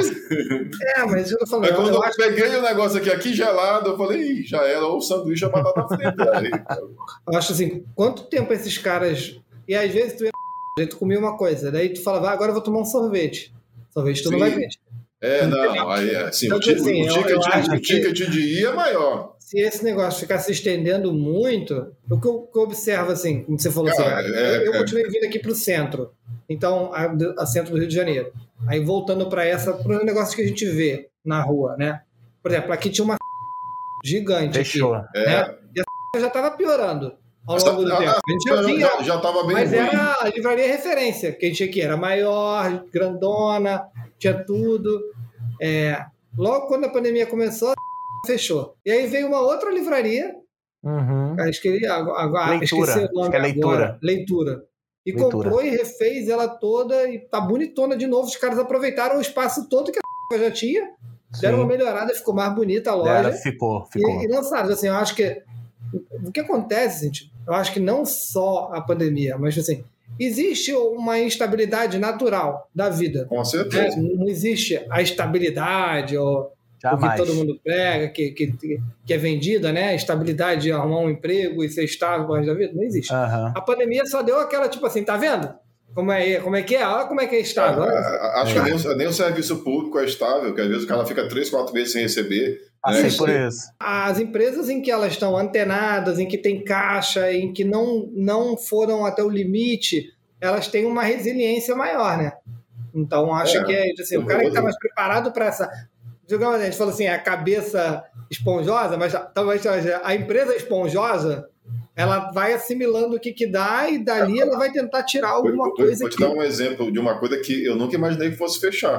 Speaker 3: Aí,
Speaker 2: é, mas eu tô falando.
Speaker 3: Aí quando eu, eu
Speaker 2: acho...
Speaker 3: peguei o negócio aqui, aqui gelado, eu falei, Ih, já era, ou o sanduíche ou a batata frita. Aí,
Speaker 2: eu acho assim, quanto tempo esses caras... E às vezes tu ia... tu comia uma coisa, daí tu falava, ah, agora eu vou tomar um sorvete. Sorvete tu Sim. não vai ver.
Speaker 3: É, não, aí assim, então, o, t- assim, o, ticket, eu, eu o ticket de ir é maior.
Speaker 2: Se esse negócio ficar se estendendo muito, o que eu, que eu observo, assim, como você falou, Cara, assim, é, eu, eu é. continuei vindo aqui para o centro, então, a, a centro do Rio de Janeiro. Aí voltando para essa, para os negócios que a gente vê na rua, né? Por exemplo, aqui tinha uma gigante
Speaker 1: Fechou.
Speaker 2: aqui,
Speaker 3: é.
Speaker 2: né? E a já estava piorando ao longo do
Speaker 3: a,
Speaker 2: tempo. A gente já tinha,
Speaker 3: já estava bem
Speaker 2: mas
Speaker 3: ruim.
Speaker 2: Era a livraria referência, que a gente tinha aqui, era maior, grandona, tinha tudo. É, logo quando a pandemia começou, fechou. E aí veio uma outra livraria,
Speaker 1: uhum.
Speaker 2: acho que agora,
Speaker 1: leitura.
Speaker 2: esqueci o nome
Speaker 1: acho que é leitura.
Speaker 2: Agora, leitura. E
Speaker 1: leitura.
Speaker 2: comprou e refez ela toda e tá bonitona de novo. Os caras aproveitaram o espaço todo que a já tinha, Sim. deram uma melhorada, ficou mais bonita a loja.
Speaker 1: Era, ficou, ficou.
Speaker 2: E, e lançaram. Assim, eu acho que o que acontece, gente, eu acho que não só a pandemia, mas assim, existe uma instabilidade natural da vida.
Speaker 3: Com certeza.
Speaker 2: Né? Não existe a estabilidade ou o que todo mundo prega, que, que, que é vendida, né? Estabilidade de arrumar um emprego e ser estável pro resto da vida. Não existe.
Speaker 1: Uhum.
Speaker 2: A pandemia só deu aquela, tipo assim, tá vendo? Como é, como é que é? Olha como é que é estável.
Speaker 3: Ah, acho é. que nem, nem o serviço público é estável, que às vezes o cara fica três, quatro meses sem receber.
Speaker 1: Assim,
Speaker 3: né?
Speaker 1: por isso.
Speaker 2: As empresas em que elas estão antenadas, em que tem caixa, em que não, não foram até o limite, elas têm uma resiliência maior, né? Então, acho é. que é assim, o cara que está mais preparado para essa... Digamos, a gente falou assim, a cabeça esponjosa, mas talvez a empresa esponjosa, ela vai assimilando o que que dá e dali ela vai tentar tirar alguma
Speaker 3: vou,
Speaker 2: coisa.
Speaker 3: Vou te
Speaker 2: que...
Speaker 3: dar um exemplo de uma coisa que eu nunca imaginei que fosse fechar.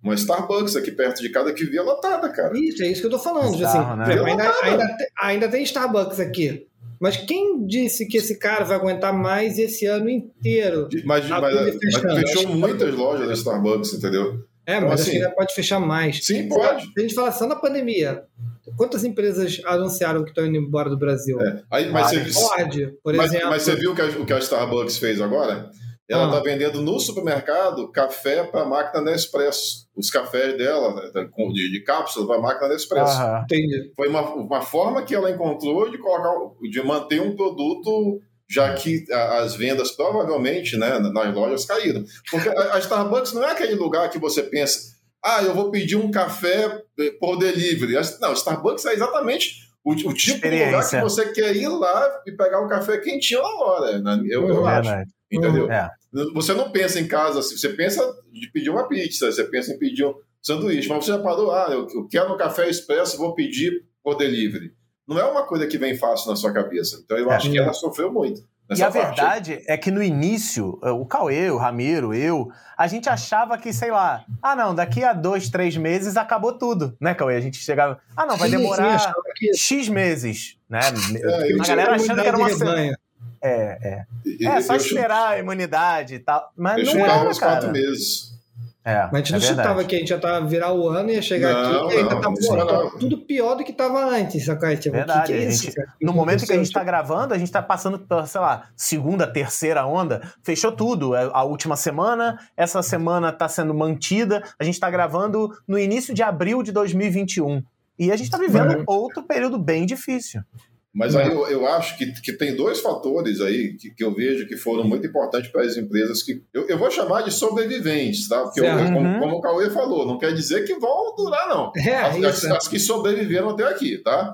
Speaker 3: Uma Starbucks aqui perto de casa que via lotada, cara.
Speaker 2: Isso, é isso que eu tô falando.
Speaker 1: Bizarro,
Speaker 2: assim,
Speaker 1: né?
Speaker 2: exemplo, ainda, ainda, ainda tem Starbucks aqui. Mas quem disse que esse cara vai aguentar mais esse ano inteiro?
Speaker 3: Mas, mas, mas fechou muitas lojas da Starbucks, entendeu?
Speaker 2: É, mas então, assim, ainda pode fechar mais.
Speaker 3: Sim, pode.
Speaker 2: Se a gente fala só na pandemia, quantas empresas anunciaram que estão indo embora do Brasil?
Speaker 3: É. Aí, mas
Speaker 2: ah,
Speaker 3: você,
Speaker 2: Ford, por
Speaker 3: mas,
Speaker 2: exemplo.
Speaker 3: Mas você viu o que a, o que a Starbucks fez agora? Ela está ah. vendendo no supermercado café para a máquina Nespresso. Os cafés dela, de, de cápsula, para a máquina Nespresso.
Speaker 2: Ah, entendi.
Speaker 3: Foi uma, uma forma que ela encontrou de, colocar, de manter um produto, já que as vendas provavelmente, né, nas lojas caíram. Porque a, a Starbucks não é aquele lugar que você pensa, ah, eu vou pedir um café por delivery. Não, Starbucks é exatamente o, o tipo de lugar que você quer ir lá e pegar um café quentinho na hora. Né? Eu, eu acho. Entendeu? É. Você não pensa em casa assim, você pensa de pedir uma pizza, você pensa em pedir um sanduíche, mas você já parou, ah, eu, eu quero um café expresso, vou pedir por delivery. Não é uma coisa que vem fácil na sua cabeça. Então eu é. acho que ela sofreu muito.
Speaker 1: E a parte. verdade é que no início, o Cauê, o Ramiro, eu, a gente achava que, sei lá, ah não, daqui a dois, três meses acabou tudo, né, Cauê? A gente chegava, ah não, vai sim, demorar sim, que... X meses, né? É, a galera achando que era uma semana. É, é. E, é, só esperar a imunidade e tal. Mas
Speaker 3: eu
Speaker 1: não era,
Speaker 3: uns
Speaker 1: cara.
Speaker 3: quatro meses.
Speaker 1: É,
Speaker 2: mas a gente
Speaker 1: é
Speaker 2: não
Speaker 1: verdade.
Speaker 2: chutava que a gente já tava virar o ano e ia chegar
Speaker 3: não,
Speaker 2: aqui e ainda
Speaker 3: não,
Speaker 2: tá
Speaker 3: não,
Speaker 2: pô, tudo pior do que tava antes, sabe? Tipo,
Speaker 1: verdade.
Speaker 2: Que que é isso,
Speaker 1: gente, no momento que a gente tá gravando, a gente tá passando pela, sei lá, segunda, terceira onda, fechou tudo. A última semana, essa semana tá sendo mantida, a gente tá gravando no início de abril de dois mil e vinte e um. E a gente tá vivendo uhum. outro período bem difícil.
Speaker 3: Mas aí eu, eu acho que, que tem dois fatores aí que, que eu vejo que foram muito importantes para as empresas que... Eu, eu vou chamar de sobreviventes, tá? Porque, eu, eu, como, como o Cauê falou, não quer dizer que vão durar, não.
Speaker 2: É,
Speaker 3: as,
Speaker 2: isso,
Speaker 3: as, as que sobreviveram até aqui, tá?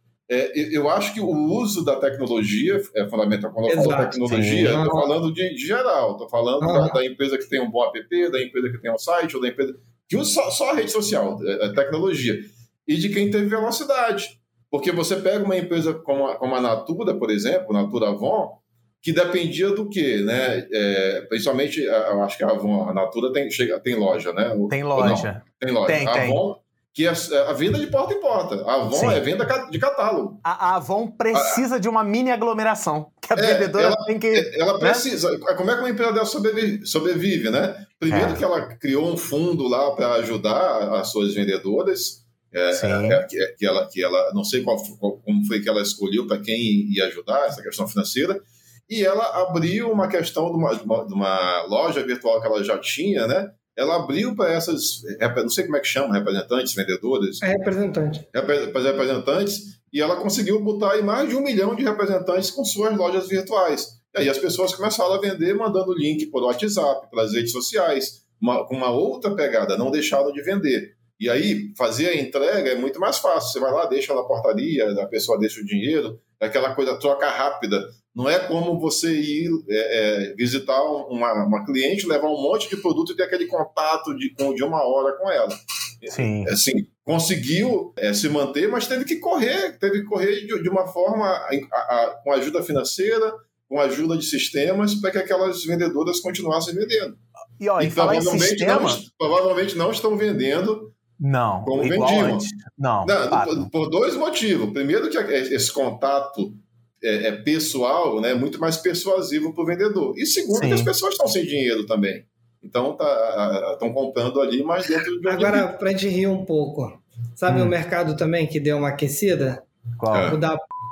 Speaker 3: É, eu acho que o uso da tecnologia é fundamental. Quando eu Exato, falo tecnologia, eu estou falando de, de geral. Estou falando uhum. da, da empresa que tem um bom app, da empresa que tem um site, ou da empresa que usa só, só a rede social, a tecnologia. E de quem teve velocidade. Porque você pega uma empresa como a, como a Natura, por exemplo, Natura Avon, que dependia do quê? Né? É, principalmente, eu acho que a Avon, a Natura tem, chega, tem loja, né?
Speaker 1: Tem loja.
Speaker 3: Tem loja.
Speaker 1: Tem,
Speaker 3: a
Speaker 1: tem.
Speaker 3: Avon, que é a venda de porta em porta. A Avon Sim. é venda de catálogo.
Speaker 1: A, a Avon precisa a, de uma mini aglomeração, que a é, vendedora
Speaker 3: ela,
Speaker 1: tem que...
Speaker 3: Ela
Speaker 1: né?
Speaker 3: precisa. Como é que uma empresa dela sobrevive, sobrevive né? Primeiro é. que ela criou um fundo lá para ajudar as suas vendedoras... É, é, que, que, ela, que ela, não sei qual, qual, como foi que ela escolheu para quem ia ajudar essa questão financeira, e ela abriu uma questão de uma, de uma, de uma loja virtual que ela já tinha, né? Ela abriu para essas, não sei como é que chama, representantes, vendedores.
Speaker 2: É representante.
Speaker 3: Representantes, e ela conseguiu botar aí mais de um milhão de representantes com suas lojas virtuais. E aí as pessoas começaram a vender mandando link por WhatsApp, pelas redes sociais, uma, com uma outra pegada, não deixaram de vender. E aí, fazer a entrega é muito mais fácil. Você vai lá, deixa na portaria, a pessoa deixa o dinheiro, é aquela coisa troca rápida. Não é como você ir é, é, visitar uma, uma cliente, levar um monte de produto e ter aquele contato de, de uma hora com ela.
Speaker 1: Sim.
Speaker 3: Assim, conseguiu é, se manter, mas teve que correr, teve que correr de, de uma forma a, a, com ajuda financeira, com ajuda de sistemas, para que aquelas vendedoras continuassem vendendo.
Speaker 1: E, ó, e,
Speaker 3: e provavelmente, sistema... não, provavelmente não estão vendendo
Speaker 1: Não,
Speaker 3: como
Speaker 1: igual
Speaker 3: vendiam.
Speaker 1: Antes. Não,
Speaker 3: não por, por dois motivos. Primeiro que esse contato é, é pessoal, né, muito mais persuasivo para o vendedor. E segundo Sim. que as pessoas estão sem dinheiro também. Então tá, estão comprando ali, mas dentro de um
Speaker 2: Agora, para a gente rir um pouco, sabe hum. o mercado também que deu uma aquecida?
Speaker 1: Qual?
Speaker 2: É. O da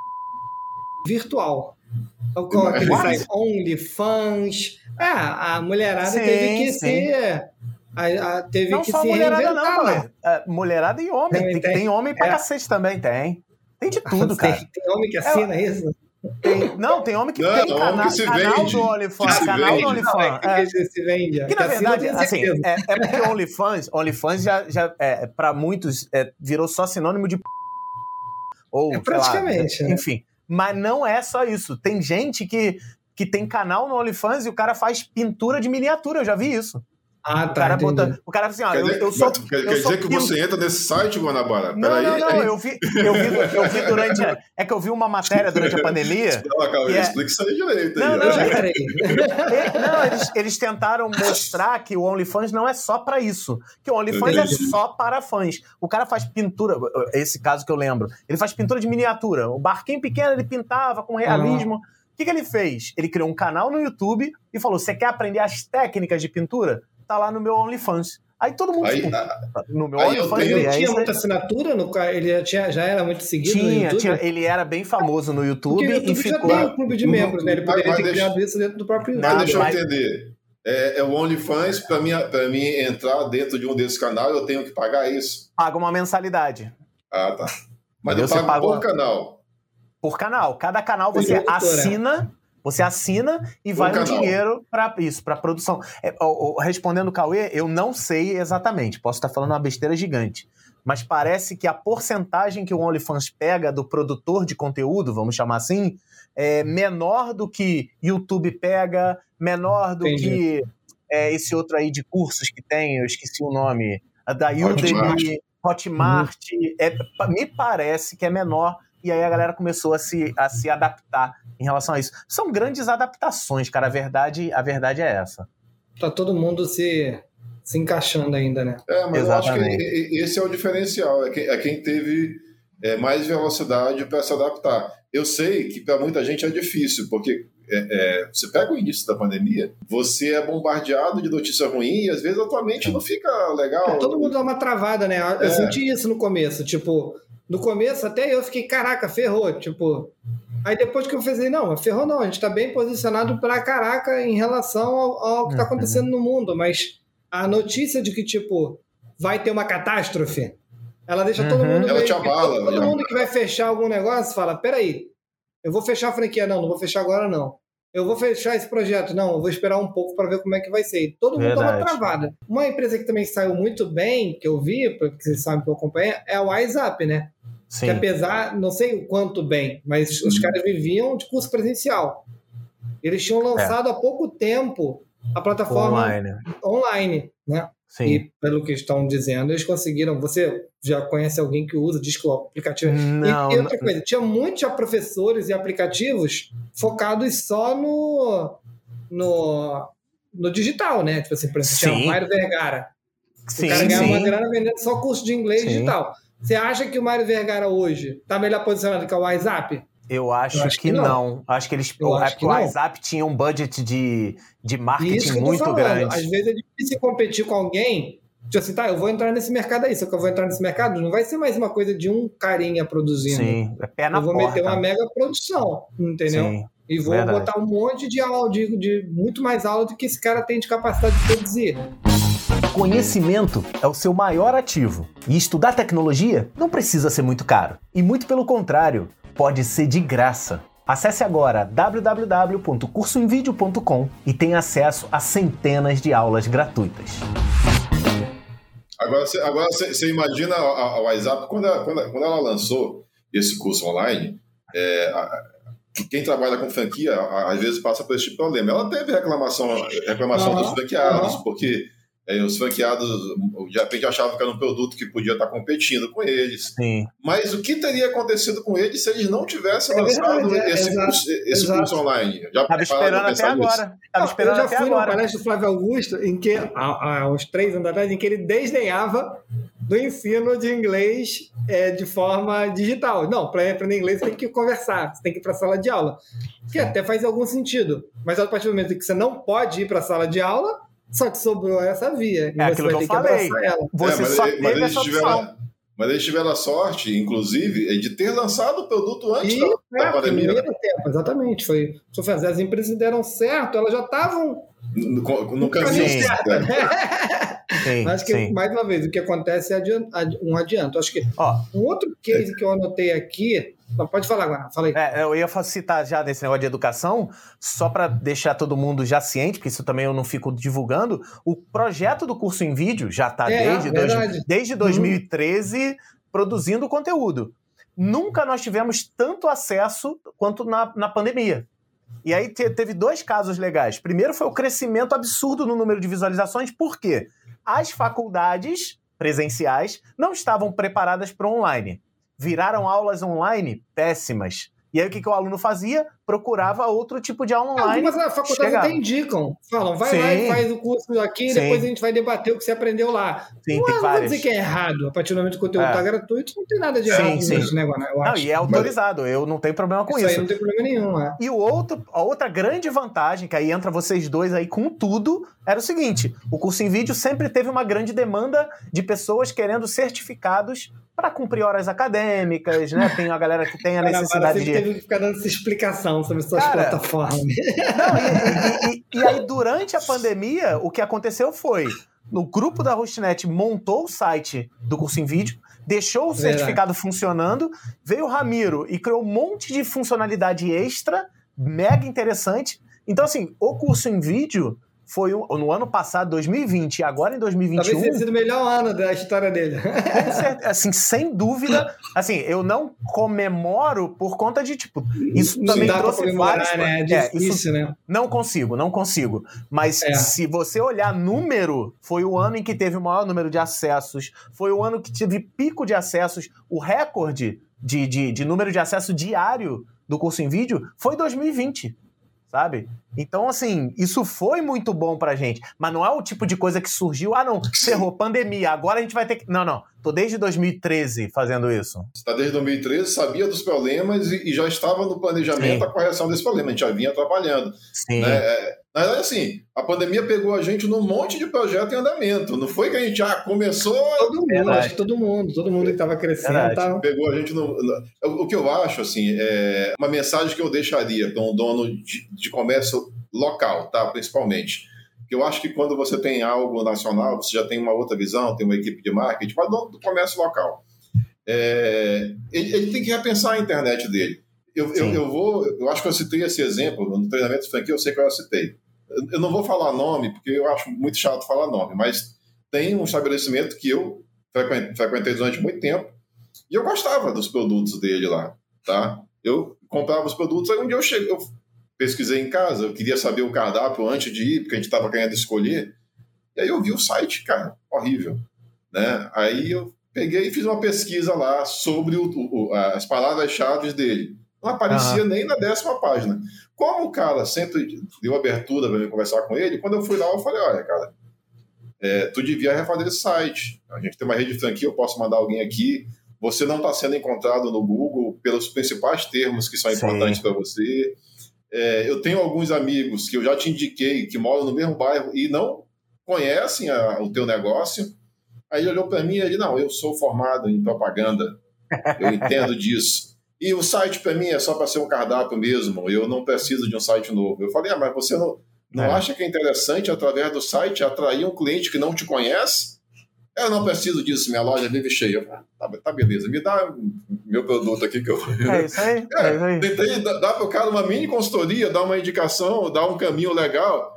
Speaker 2: virtual. O aquele site OnlyFans. É, a mulherada sim, teve que sim. ser... A, a, teve
Speaker 1: não
Speaker 2: que
Speaker 1: só
Speaker 2: se
Speaker 1: mulherada
Speaker 2: reinventar,
Speaker 1: não, né? É, mulherada e homem. Tem, tem, tem homem pra é. cacete também, tem. Tem de tudo,
Speaker 2: tem,
Speaker 1: cara.
Speaker 2: Tem homem que assina é, isso?
Speaker 1: Tem, não, tem homem que
Speaker 3: não,
Speaker 1: tem
Speaker 3: não,
Speaker 1: canal,
Speaker 3: que
Speaker 1: canal do OnlyFans. Canal do OnlyFans.
Speaker 2: É, que, se vende,
Speaker 1: que, que na verdade, assim, é, é porque o OnlyFans, OnlyFans já, já é, pra muitos, é, virou só sinônimo de p... Ou,
Speaker 2: é, praticamente.
Speaker 1: Sei lá, enfim. Mas não é só isso. Tem gente que, que tem canal no OnlyFans e o cara faz pintura de miniatura. Eu já vi isso.
Speaker 2: Ah, tá,
Speaker 1: o cara
Speaker 2: entendi.
Speaker 1: botando, o cara assim, ó,
Speaker 3: quer
Speaker 1: eu,
Speaker 3: dizer,
Speaker 1: eu sou...
Speaker 3: Quer,
Speaker 1: eu
Speaker 3: quer
Speaker 1: sou
Speaker 3: dizer que você entra nesse site, Guanabara?
Speaker 1: Não,
Speaker 3: Peraí,
Speaker 1: não, não,
Speaker 3: aí...
Speaker 1: eu vi, eu, vi, eu vi durante... A, é que eu vi uma matéria durante a pandemia...
Speaker 3: Não, calma,
Speaker 1: é...
Speaker 3: explica isso aí direito.
Speaker 1: Não,
Speaker 3: aí,
Speaker 1: não,
Speaker 3: né?
Speaker 1: peraí. Não, eles, eles tentaram mostrar que o OnlyFans não é só pra isso. Que o OnlyFans é só para fãs. O cara faz pintura, esse caso que eu lembro, ele faz pintura de miniatura. O barquinho pequeno ele pintava com realismo... Uhum. O que, que ele fez? Ele criou um canal no YouTube e falou, você quer aprender as técnicas de pintura? Tá lá no meu OnlyFans. Aí todo mundo...
Speaker 3: Aí,
Speaker 1: tipo,
Speaker 3: a...
Speaker 1: no meu
Speaker 2: OnlyFans...
Speaker 1: OnlyFans...
Speaker 2: Ele
Speaker 1: aí,
Speaker 2: tinha
Speaker 1: aí,
Speaker 2: muita assinatura? No... Ele já, tinha, já era muito seguido
Speaker 1: tinha,
Speaker 2: no YouTube?
Speaker 1: Tinha, ele era bem famoso no YouTube.
Speaker 2: Porque o YouTube
Speaker 1: e ficou...
Speaker 2: já tem um clube de membros, né? Ele poderia
Speaker 3: mas
Speaker 2: ter
Speaker 3: deixa...
Speaker 2: criado isso dentro do próprio YouTube.
Speaker 3: Mas deixa eu
Speaker 1: mas...
Speaker 3: entender. É, é o OnlyFans, para mim, para mim entrar dentro de um desses canais, eu tenho que pagar isso?
Speaker 1: Paga uma mensalidade.
Speaker 3: Ah, tá. Mas eu
Speaker 1: você
Speaker 3: pago
Speaker 1: paga...
Speaker 3: por canal?
Speaker 1: Por canal. Cada canal você assina... Você assina e vai no dinheiro para isso, para produção. É, ó, ó, respondendo o Cauê, eu não sei exatamente, posso estar falando uma besteira gigante, mas parece que a porcentagem que o OnlyFans pega do produtor de conteúdo, vamos chamar assim, é menor do que YouTube pega, menor do Entendi. que é, esse outro aí de cursos que tem, eu esqueci o nome, da Udemy, Hotmart, uhum. é, me parece que é menor. E aí a galera começou a se, a se adaptar em relação a isso. São grandes adaptações, cara. A verdade, a verdade é essa.
Speaker 2: Tá todo mundo se, se encaixando ainda, né?
Speaker 3: É, mas Exatamente. eu acho que esse é o diferencial. É quem, é quem teve é, mais velocidade para se adaptar. Eu sei que para muita gente é difícil, porque é, é, você pega o início da pandemia, você é bombardeado de notícia ruim e às vezes a tua mente não fica legal.
Speaker 2: É, todo mundo dá uma travada, né? Eu é. senti isso no começo, tipo... No começo, até eu fiquei, caraca, ferrou, tipo... Aí depois que eu falei, não, ferrou não, a gente tá bem posicionado pra caraca em relação ao, ao que tá acontecendo no mundo, mas a notícia de que, tipo, vai ter uma catástrofe, ela deixa uhum. todo mundo...
Speaker 3: Ela te abala.
Speaker 2: Todo, todo mundo que vai fechar algum negócio fala, peraí, eu vou fechar a franquia, não, não vou fechar agora não. Eu vou fechar esse projeto, não, eu vou esperar um pouco para ver como é que vai ser. E todo mundo Verdade. Tá uma travada. Uma empresa que também saiu muito bem, que eu vi, porque vocês sabem que eu acompanho, é a WhatsApp, né? Sim. Que apesar, não sei o quanto bem, mas os caras viviam de curso presencial. Eles tinham lançado é. há pouco tempo a plataforma online, online né? Sim. E pelo que estão dizendo, eles conseguiram. Você já conhece alguém que usa, diz que o aplicativo.
Speaker 1: Não,
Speaker 2: e, e outra não. coisa, tinha muitos já professores e aplicativos focados só no, no, no digital, né? Tipo assim, por exemplo, sim. tinha o Mário Vergara. Sim, o cara ganhava uma grana vendendo só curso de inglês sim. digital. Você acha que o Mário Vergara hoje está melhor posicionado que o WhatsApp?
Speaker 1: Eu acho, eu acho que, que não. não. Acho que eles. Eu o, acho que o WhatsApp tinha um budget de, de marketing muito grande.
Speaker 2: Às vezes é difícil competir com alguém. Tipo assim, tá, eu vou entrar nesse mercado aí. Só que eu vou entrar nesse mercado, não vai ser mais uma coisa de um carinha produzindo.
Speaker 1: Sim, é pé na porta.
Speaker 2: Eu vou porta. meter uma mega produção, entendeu? Sim, e vou verdade. botar um monte de aula, de, de muito mais aula do que esse cara tem de capacidade de produzir.
Speaker 1: Conhecimento é o seu maior ativo. E estudar tecnologia não precisa ser muito caro. E muito pelo contrário, pode ser de graça. Acesse agora w w w ponto curso em vídeo ponto com e tenha acesso a centenas de aulas gratuitas.
Speaker 3: Agora, você, agora você, você imagina a, a WhatsApp, quando ela, quando, quando ela lançou esse curso online, é, a, quem trabalha com franquia, a, às vezes passa por esse tipo de problema. Ela teve reclamação, reclamação uhum, dos franqueados, uhum. porque... É, os franqueados, de repente, achavam que era um produto que podia estar competindo com eles.
Speaker 1: Sim.
Speaker 3: Mas o que teria acontecido com eles se eles não tivessem é lançado verdade, esse, é, curso, esse curso online?
Speaker 1: Estava esperando até agora. Tava esperando
Speaker 2: eu já
Speaker 1: até
Speaker 2: fui
Speaker 1: agora.
Speaker 2: no palestra do Flávio Augusto, em que, há, há uns três anos atrás, em que ele desdenhava do ensino de inglês é, de forma digital. Não, para aprender inglês você tem que conversar, você tem que ir para a sala de aula. Que até faz algum sentido. Mas a partir do momento que você não pode ir para a sala de aula, só que sobrou essa via.
Speaker 1: É aquilo que eu falei. Você
Speaker 3: é,
Speaker 1: só
Speaker 3: ele,
Speaker 1: teve essa
Speaker 3: opção. Mas eles tiveram a sorte, inclusive, de ter lançado o produto antes
Speaker 2: e,
Speaker 3: da,
Speaker 2: é,
Speaker 3: da pandemia.
Speaker 2: No tempo, exatamente. Foi, foi fazer. As empresas deram certo, elas já estavam
Speaker 3: no, no, no caminho certo.
Speaker 2: Sim, acho que, sim. mais uma vez, o que acontece é um adianto. Acho que
Speaker 1: oh,
Speaker 2: um outro case é. que eu anotei aqui. Pode falar agora, fala aí.
Speaker 1: É, eu ia citar já desse negócio de educação, só para deixar todo mundo já ciente, porque isso também eu não fico divulgando. O projeto do curso em vídeo já está é, desde, dois, desde dois mil e treze hum. produzindo conteúdo. Nunca nós tivemos tanto acesso quanto na, na pandemia. E aí te, teve dois casos legais. Primeiro foi o crescimento absurdo no número de visualizações, porque as faculdades presenciais não estavam preparadas para o online. Viraram aulas online péssimas. E aí o que, que o aluno fazia? Procurava outro tipo de aula online.
Speaker 2: Algumas faculdades até indicam. Falam, vai Sim. lá e faz o curso aqui, e depois a gente vai debater o que você aprendeu lá.
Speaker 1: Sim,
Speaker 2: não,
Speaker 1: tem
Speaker 2: não vou dizer que é errado. A partir do momento que o conteúdo está é. gratuito, não tem nada de errado nesse negócio, né? Eu
Speaker 1: não,
Speaker 2: acho.
Speaker 1: E é autorizado, Mas... eu não tenho problema com isso.
Speaker 2: Isso aí não tem problema nenhum, é.
Speaker 1: E o outro, a outra grande vantagem, que aí entra vocês dois aí com tudo, era o seguinte, o curso em vídeo sempre teve uma grande demanda de pessoas querendo certificados para cumprir horas acadêmicas, né? Tem a galera que tem a necessidade de...
Speaker 2: teve que ficar dando essa explicação sobre suas Cara, plataformas.
Speaker 1: Não, e, e, e, e aí, durante a pandemia, o que aconteceu foi, no grupo da Hostnet montou o site do curso em vídeo, deixou o certificado Verdade. funcionando, veio o Ramiro e criou um monte de funcionalidade extra, mega interessante. Então, assim, o curso em vídeo... Foi no ano passado, dois mil e vinte, e agora em dois mil e vinte e um...
Speaker 2: Talvez tenha sido o melhor ano da história dele.
Speaker 1: Com certeza, assim, sem dúvida. Assim, eu não comemoro por conta de, tipo... Isso
Speaker 2: não
Speaker 1: também
Speaker 2: dá
Speaker 1: trouxe
Speaker 2: pra
Speaker 1: vários...
Speaker 2: Né? É difícil,
Speaker 1: é, isso,
Speaker 2: né?
Speaker 1: Não consigo, não consigo. Mas é. se você olhar número, foi o ano em que teve o maior número de acessos, foi o ano que teve pico de acessos, o recorde de, de, de número de acesso diário do curso em vídeo foi dois mil e vinte. Sabe? Então, assim, isso foi muito bom pra gente, mas não é o tipo de coisa que surgiu, ah, não, ferrou, pandemia, agora a gente vai ter que... Não, não, tô desde dois mil e treze fazendo isso.
Speaker 3: Você tá desde dois mil e treze, sabia dos problemas e, e já estava no planejamento Sim. a correção desse problema, a gente já vinha trabalhando. Sim. Né? É, na verdade, assim, a pandemia pegou a gente num monte de projeto em andamento, não foi que a gente já ah, começou...
Speaker 2: Todo mundo, Verdade. acho que todo mundo, todo mundo que estava crescendo. Tava...
Speaker 3: Pegou a gente no, no... O que eu acho, assim, é uma mensagem que eu deixaria para um dono de, de comércio local, tá? Principalmente. Porque eu acho que quando você tem algo nacional, você já tem uma outra visão, tem uma equipe de marketing, mas dono do comércio local. É... Ele, ele tem que repensar a internet dele. Eu, eu, eu vou, eu acho que eu citei esse exemplo no treinamento de franquia, eu sei que eu citei. Eu não vou falar nome, porque eu acho muito chato falar nome, mas tem um estabelecimento que eu frequentei durante muito tempo e eu gostava dos produtos dele lá, tá? Eu comprava os produtos, aí um dia eu cheguei, eu pesquisei em casa, eu queria saber o cardápio antes de ir, porque a gente estava querendo escolher, e aí eu vi o site, cara, horrível, né? Aí eu peguei e fiz uma pesquisa lá sobre o, o, as palavras-chave dele. Não aparecia uhum. nem na décima página. Como o cara sempre deu abertura para mim conversar com ele, quando eu fui lá, eu falei, olha, cara, é, tu devia refazer esse site. A gente tem uma rede de franquia, eu posso mandar alguém aqui. Você não está sendo encontrado no Google pelos principais termos que são Sim. importantes para você. É, eu tenho alguns amigos que eu já te indiquei, que moram no mesmo bairro e não conhecem a, o teu negócio. Aí ele olhou para mim e ele, não, eu sou formado em propaganda, eu entendo disso. E o site, para mim, é só para ser um cardápio mesmo. Eu não preciso de um site novo. Eu falei, ah, mas você não, não é. acha que é interessante, através do site, atrair um cliente que não te conhece? Eu não preciso disso, minha loja vive cheia. Tá, tá beleza, me dá meu produto aqui que eu...
Speaker 1: É isso aí. É, é isso aí.
Speaker 3: Tentei dar para o cara uma mini consultoria, dar uma indicação, dar um caminho legal,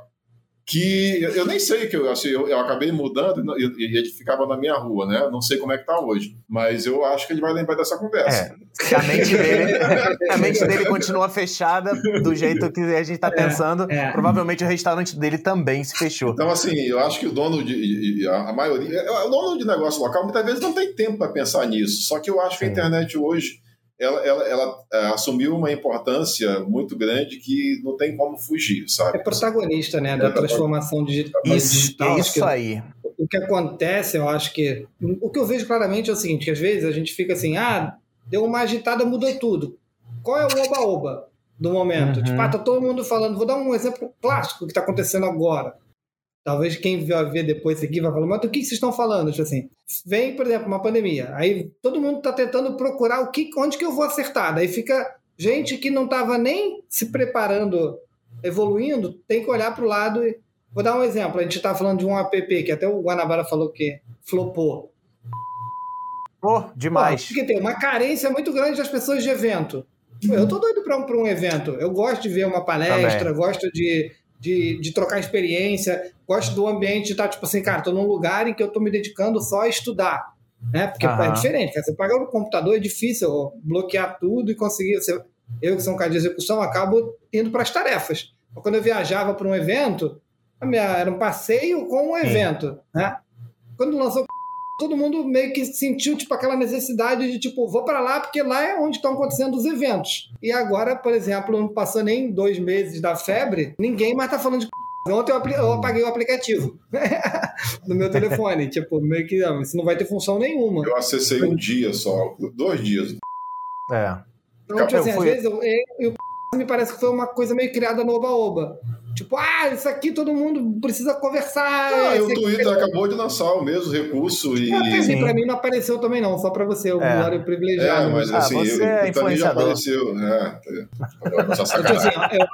Speaker 3: que eu nem sei, que eu, assim, eu, eu acabei mudando e, e ele ficava na minha rua, né? Não sei como é que tá hoje, mas eu acho que ele vai lembrar dessa conversa.
Speaker 1: É, a mente dele, a mente dele continua fechada do jeito que a gente tá pensando. É, é. Provavelmente o restaurante dele também se fechou.
Speaker 3: Então, assim, eu acho que o dono de... A maioria... O dono de negócio local, muitas vezes, não tem tempo para pensar nisso. Só que eu acho Sim. que a internet hoje... ela, ela, ela é, assumiu uma importância muito grande que não tem como fugir, sabe?
Speaker 2: É protagonista, né, da é, transformação digital.
Speaker 1: Isso,
Speaker 2: digital.
Speaker 1: Isso que, aí.
Speaker 2: O que acontece, eu acho que... O que eu vejo claramente é o seguinte, que às vezes a gente fica assim, ah, deu uma agitada, mudou tudo. Qual é o oba-oba do momento? Uhum. Tipo, ah, tá todo mundo falando... Vou dar um exemplo clássico que está acontecendo agora. Talvez quem vai ver depois isso aqui vai falar, mas do que vocês estão falando? Tipo assim, vem, por exemplo, uma pandemia. Aí todo mundo está tentando procurar o que, onde que eu vou acertar. Daí fica gente que não estava nem se preparando, evoluindo, tem que olhar para o lado e... Vou dar um exemplo. A gente está falando de um app que até o Guanabara falou que flopou.
Speaker 1: Oh, demais.
Speaker 2: Pô, porque tem uma carência muito grande das pessoas de evento. Eu tô doido para um, para um evento. Eu gosto de ver uma palestra, Também. gosto de... De, de trocar experiência, gosto do ambiente de estar, tipo assim, cara, estou num lugar em que eu estou me dedicando só a estudar, né? Porque Aham. é diferente, cara. Você paga no computador, é difícil bloquear tudo e conseguir... Você, eu que sou um cara de execução, acabo indo para as tarefas. Quando eu viajava para um evento, a minha, era um passeio com um evento, né? Quando lançou, todo mundo meio que sentiu tipo, aquela necessidade de, tipo, vou para lá porque lá é onde estão acontecendo os eventos. E agora, por exemplo, não passou nem dois meses da febre, ninguém mais tá falando de ontem eu, eu apaguei o aplicativo no meu telefone. Tipo, meio que não, isso não vai ter função nenhuma.
Speaker 3: Eu acessei um dia só, dois dias.
Speaker 1: É.
Speaker 2: Então, tipo assim, às vezes eu, eu, eu, me parece que foi uma coisa meio criada no Oba-Oba. Tipo, ah, isso aqui todo mundo precisa conversar.
Speaker 3: Ah, e o Twitter aqui... acabou de lançar o mesmo recurso. E
Speaker 2: assim, pra mim não apareceu também não, só pra você, o
Speaker 1: é.
Speaker 2: usuário privilegiado.
Speaker 3: É, mas assim,
Speaker 1: ah, você eu, é
Speaker 3: pra mim já apareceu. É,
Speaker 2: então, assim,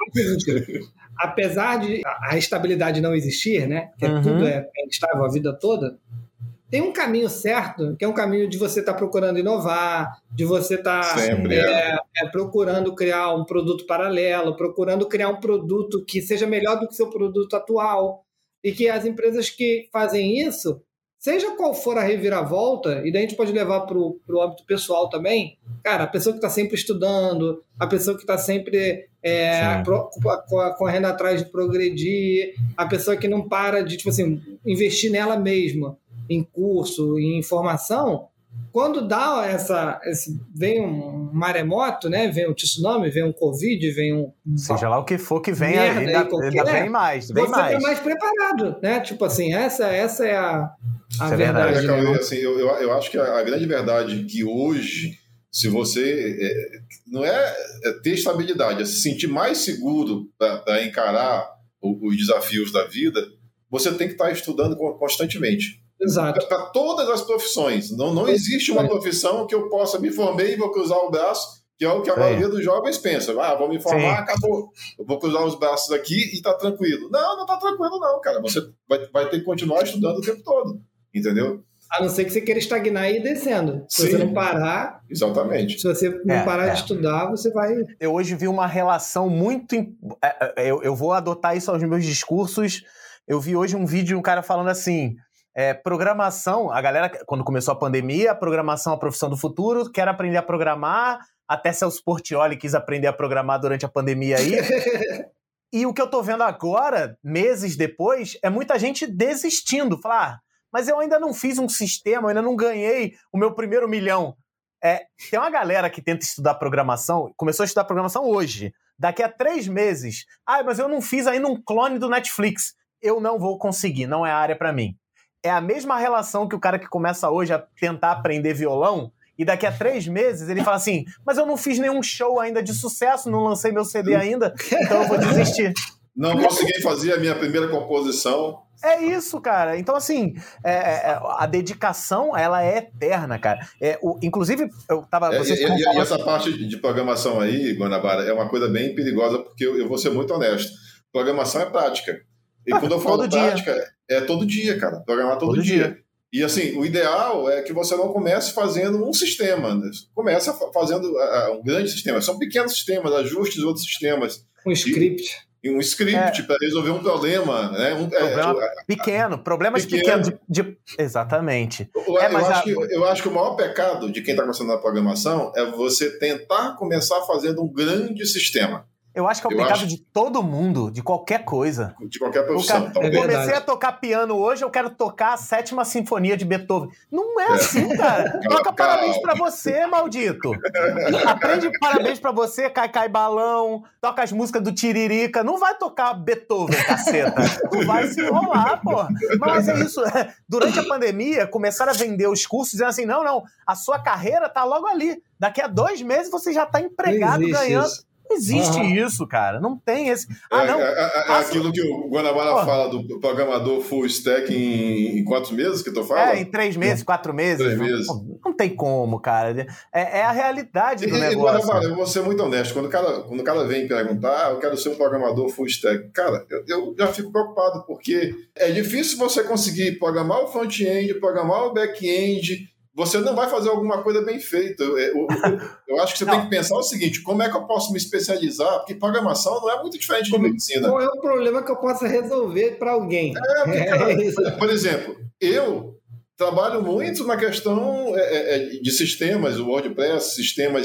Speaker 2: eu, eu, apesar de a estabilidade não existir, né, que uhum. tudo é instável a vida toda, tem um caminho certo, que é um caminho de você estar tá procurando inovar, de você estar tá, é, é, procurando criar um produto paralelo, procurando criar um produto que seja melhor do que o seu produto atual, e que as empresas que fazem isso, seja qual for a reviravolta, e daí a gente pode levar para o âmbito pessoal também, cara, a pessoa que está sempre estudando, a pessoa que está sempre é, pro, correndo atrás de progredir, a pessoa que não para de, tipo assim, investir nela mesma, em curso, em informação, quando dá essa, esse, vem um maremoto, né? Vem um tsunami, vem um Covid, vem um...
Speaker 1: Seja lá o que for que venha, ainda, ainda vem mais, vem
Speaker 2: você
Speaker 1: mais.
Speaker 2: Você tá mais preparado, né? Tipo assim, essa, essa é a, a
Speaker 3: é
Speaker 2: verdade.
Speaker 3: verdade. Né? Assim, eu, eu, eu acho que a, a grande verdade é que hoje, se você... É, não é, é ter estabilidade, é se sentir mais seguro para encarar os, os desafios da vida, você tem que estar estudando constantemente.
Speaker 2: Exato.
Speaker 3: Para todas as profissões. Não, não existe uma profissão que eu possa me formei e vou cruzar o braço, que é o que a Sim. maioria dos jovens pensa. Ah, vou me formar, Sim. acabou. Eu vou cruzar os braços aqui e tá tranquilo. Não, não tá tranquilo não, cara. Você vai, vai ter que continuar estudando o tempo todo. Entendeu?
Speaker 2: A não ser que você queira estagnar e ir descendo. Se Sim. você não parar...
Speaker 3: Exatamente.
Speaker 2: Se você não é, parar é. de estudar, você vai...
Speaker 1: Eu hoje vi uma relação muito... Eu, eu vou adotar isso aos meus discursos. Eu vi hoje um vídeo de um cara falando assim... É, programação, a galera, quando começou a pandemia, a programação é a profissão do futuro, quer aprender a programar, até Celso Portiolli quis aprender a programar durante a pandemia aí. E o que eu tô vendo agora, meses depois, é muita gente desistindo, falar, ah, mas eu ainda não fiz um sistema, eu ainda não ganhei o meu primeiro milhão. É, tem uma galera que tenta estudar programação, começou a estudar programação hoje, daqui a três meses, ah, mas eu não fiz ainda um clone do Netflix, eu não vou conseguir, não é a área pra mim. É a mesma relação que o cara que começa hoje a tentar aprender violão e daqui a três meses ele fala assim, mas eu não fiz nenhum show ainda de sucesso, não lancei meu C D ainda, então eu vou desistir.
Speaker 3: Não consegui fazer a minha primeira composição.
Speaker 1: É isso, cara. Então, assim, é, é, a dedicação, ela é eterna, cara. É, o, inclusive, eu tava...
Speaker 3: É, e, e, e essa parte de programação aí, Guanabara, é uma coisa bem perigosa, porque eu, eu vou ser muito honesto. Programação é prática. E quando eu falo prática, dia. é todo dia, cara. Programar todo, todo dia. dia. E assim, o ideal é que você não comece fazendo um sistema. Né? Começa fazendo uh, um grande sistema. São pequenos sistemas, ajustes de outros sistemas.
Speaker 2: Um script.
Speaker 3: E, e um script é. para resolver um problema. Né? Um,
Speaker 1: problema é, pequeno. Problemas pequeno. pequenos. De, de... Exatamente.
Speaker 3: Eu, é, eu, acho a... que, eu acho que o maior pecado de quem está começando na programação é você tentar começar fazendo um grande sistema.
Speaker 1: Eu acho que é o eu pecado acho... de todo mundo, de qualquer coisa.
Speaker 3: De qualquer profissão.
Speaker 1: Cara, eu comecei a tocar piano hoje, eu quero tocar a sétima sinfonia de Beethoven. Não é, é. assim, cara. Toca parabéns pra você, maldito. Aprende parabéns pra você, cai, cai balão, toca as músicas do Tiririca. Não vai tocar Beethoven, caceta. Não vai se enrolar, pô. Mas é isso. Durante a pandemia, começaram a vender os cursos dizendo assim, não, não, a sua carreira tá logo ali. Daqui a dois meses você já tá empregado, ganhando... Isso. Não existe uhum. isso, cara. Não tem esse... Ah, não.
Speaker 3: É, é, é aquilo que o Guanabara oh. fala do programador full stack em, em quantos meses que tu fala?
Speaker 1: É, em três meses, quatro meses.
Speaker 3: Três
Speaker 1: não,
Speaker 3: meses.
Speaker 1: Não, não tem como, cara. É, é a realidade do
Speaker 3: e,
Speaker 1: negócio.
Speaker 3: E, Guanabara, eu vou ser muito honesto. Quando o cara, quando o cara vem perguntar, ah, eu quero ser um programador full stack. Cara, eu, eu já fico preocupado, porque é difícil você conseguir programar o front-end, programar o back-end... Você não vai fazer alguma coisa bem feita. Eu, eu, eu acho que você tem que pensar o seguinte, como é que eu posso me especializar? Porque programação não é muito diferente como, de medicina.
Speaker 2: Qual é o problema que eu possa resolver para alguém?
Speaker 3: É, porque, cara, é por exemplo, eu trabalho muito na questão é, é, de sistemas, o WordPress, sistemas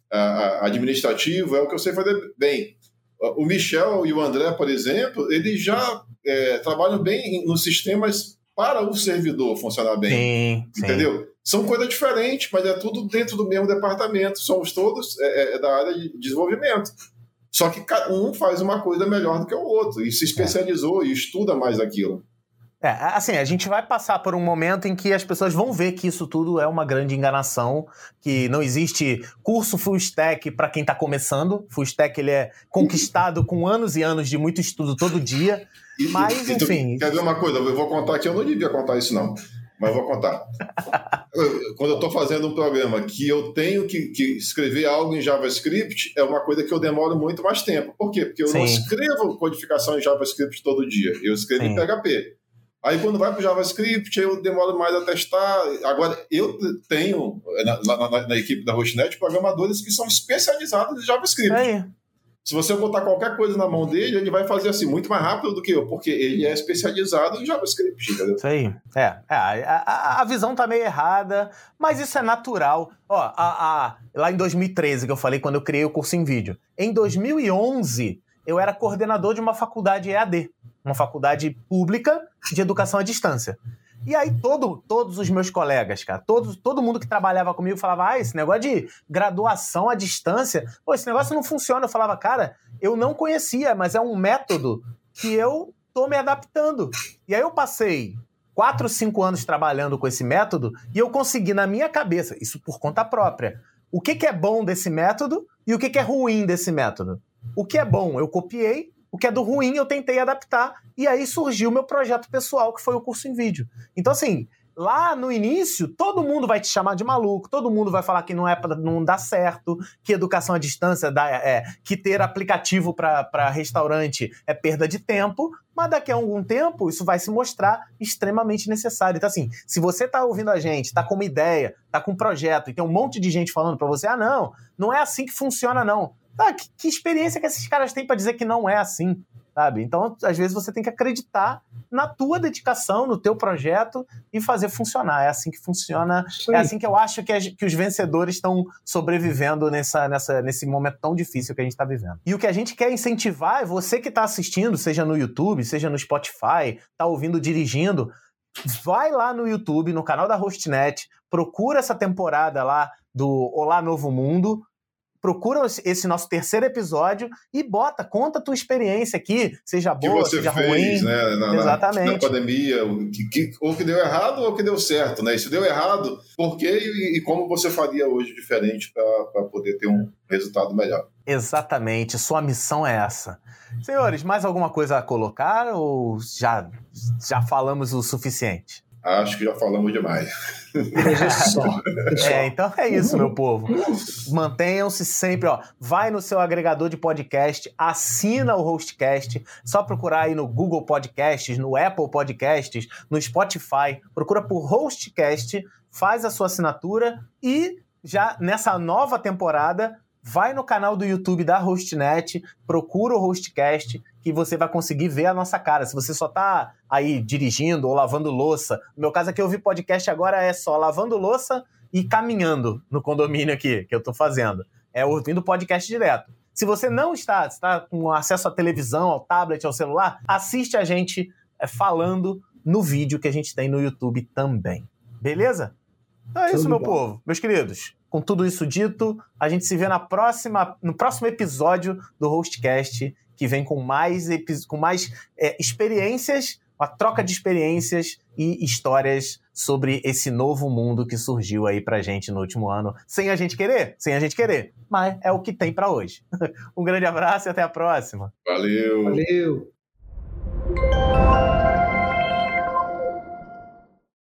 Speaker 3: administrativo, é o que eu sei fazer bem. O Michel e o André, por exemplo, eles já é, trabalham bem nos sistemas para o servidor funcionar bem, sim, entendeu? Sim. São coisas diferentes, mas é tudo dentro do mesmo departamento, somos todos é, é, da área de desenvolvimento. Só que um faz uma coisa melhor do que o outro, e se especializou é. e estuda mais aquilo.
Speaker 1: É, assim, a gente vai passar por um momento em que as pessoas vão ver que isso tudo é uma grande enganação, que não existe curso full stack para quem está começando. Full stack ele é conquistado com anos e anos de muito estudo todo dia, e, mas, e, enfim...
Speaker 3: Quer ver uma coisa? Eu vou contar aqui, eu não devia contar isso não, mas vou contar. Quando eu estou fazendo um programa que eu tenho que, que escrever algo em JavaScript, é uma coisa que eu demoro muito mais tempo. Por quê? Porque eu Sim. não escrevo codificação em JavaScript todo dia, eu escrevo Sim. em P H P. Aí quando vai para o JavaScript, eu demoro mais a testar. Agora, eu tenho na, na, na equipe da Hostnet programadores que são especializados em JavaScript. É. Se você botar qualquer coisa na mão dele, ele vai fazer assim muito mais rápido do que eu, porque ele é especializado em JavaScript, entendeu?
Speaker 1: Isso aí. É, é a, a, a visão tá meio errada, mas isso é natural. Ó, a, a, lá em dois mil e treze, que eu falei quando eu criei o curso em vídeo. Em dois mil e onze, eu era coordenador de uma faculdade E A D, uma faculdade pública de educação à distância. E aí todo, todos os meus colegas, cara, todos, todo mundo que trabalhava comigo falava, ah, esse negócio de graduação à distância, pô, esse negócio não funciona. Eu falava, cara, eu não conhecia, mas é um método que eu tô me adaptando. E aí eu passei quatro, cinco anos trabalhando com esse método e eu consegui na minha cabeça, isso por conta própria, o que, que é bom desse método e o que, que é ruim desse método. O que é bom eu copiei, o que é do ruim eu tentei adaptar, e aí surgiu o meu projeto pessoal, que foi o curso em vídeo. Então, assim, lá no início, todo mundo vai te chamar de maluco, todo mundo vai falar que não, é pra, não dá certo, que educação à distância, dá, é, que ter aplicativo para restaurante é perda de tempo, mas daqui a algum tempo isso vai se mostrar extremamente necessário. Então, assim, se você está ouvindo a gente, está com uma ideia, está com um projeto, e tem um monte de gente falando para você, ah, não, não é assim que funciona, não. Ah, que, que experiência que esses caras têm para dizer que não é assim, sabe? Então, às vezes, você tem que acreditar na tua dedicação, no teu projeto e fazer funcionar. É assim que funciona, é assim que eu acho que, as, que os vencedores estão sobrevivendo nessa, nessa, nesse momento tão difícil que a gente está vivendo. E o que a gente quer incentivar é você que está assistindo, seja no YouTube, seja no Spotify, está ouvindo dirigindo, vai lá no YouTube, no canal da Hostnet, procura essa temporada lá do Olá Novo Mundo, procura esse nosso terceiro episódio e bota, conta a tua experiência aqui, seja boa,
Speaker 3: que você
Speaker 1: seja
Speaker 3: fez,
Speaker 1: ruim.
Speaker 3: Né, na,
Speaker 1: Exatamente.
Speaker 3: Na pandemia, que, que, ou que deu errado ou que deu certo, né? E se deu errado, por quê e, e como você faria hoje diferente para poder ter um resultado melhor.
Speaker 1: Exatamente, sua missão é essa. Senhores, mais alguma coisa a colocar ou já, já falamos o suficiente?
Speaker 3: Acho que já falamos demais.
Speaker 1: É, então é isso, meu povo. Mantenham-se sempre, ó. Vai no seu agregador de podcast, assina o Hostcast, só procurar aí no Google Podcasts, no Apple Podcasts, no Spotify, procura por Hostcast, faz a sua assinatura e já nessa nova temporada, vai no canal do YouTube da Hostnet, procura o Hostcast, que você vai conseguir ver a nossa cara. Se você só tá aí dirigindo ou lavando louça, no meu caso aqui ouvir podcast agora é só lavando louça e caminhando no condomínio aqui, que eu tô fazendo. É ouvindo podcast direto. Se você não está, está com acesso à televisão, ao tablet, ao celular, assiste a gente falando no vídeo que a gente tem no YouTube também. Beleza? Então é isso, tudo meu bom. Povo. Meus queridos, com tudo isso dito, a gente se vê na próxima, no próximo episódio do Hostcast, que vem com mais, com mais é, experiências, uma troca de experiências e histórias sobre esse novo mundo que surgiu aí pra gente no último ano, sem a gente querer, sem a gente querer, mas é o que tem pra hoje. Um grande abraço e até a próxima.
Speaker 3: Valeu!
Speaker 2: Valeu!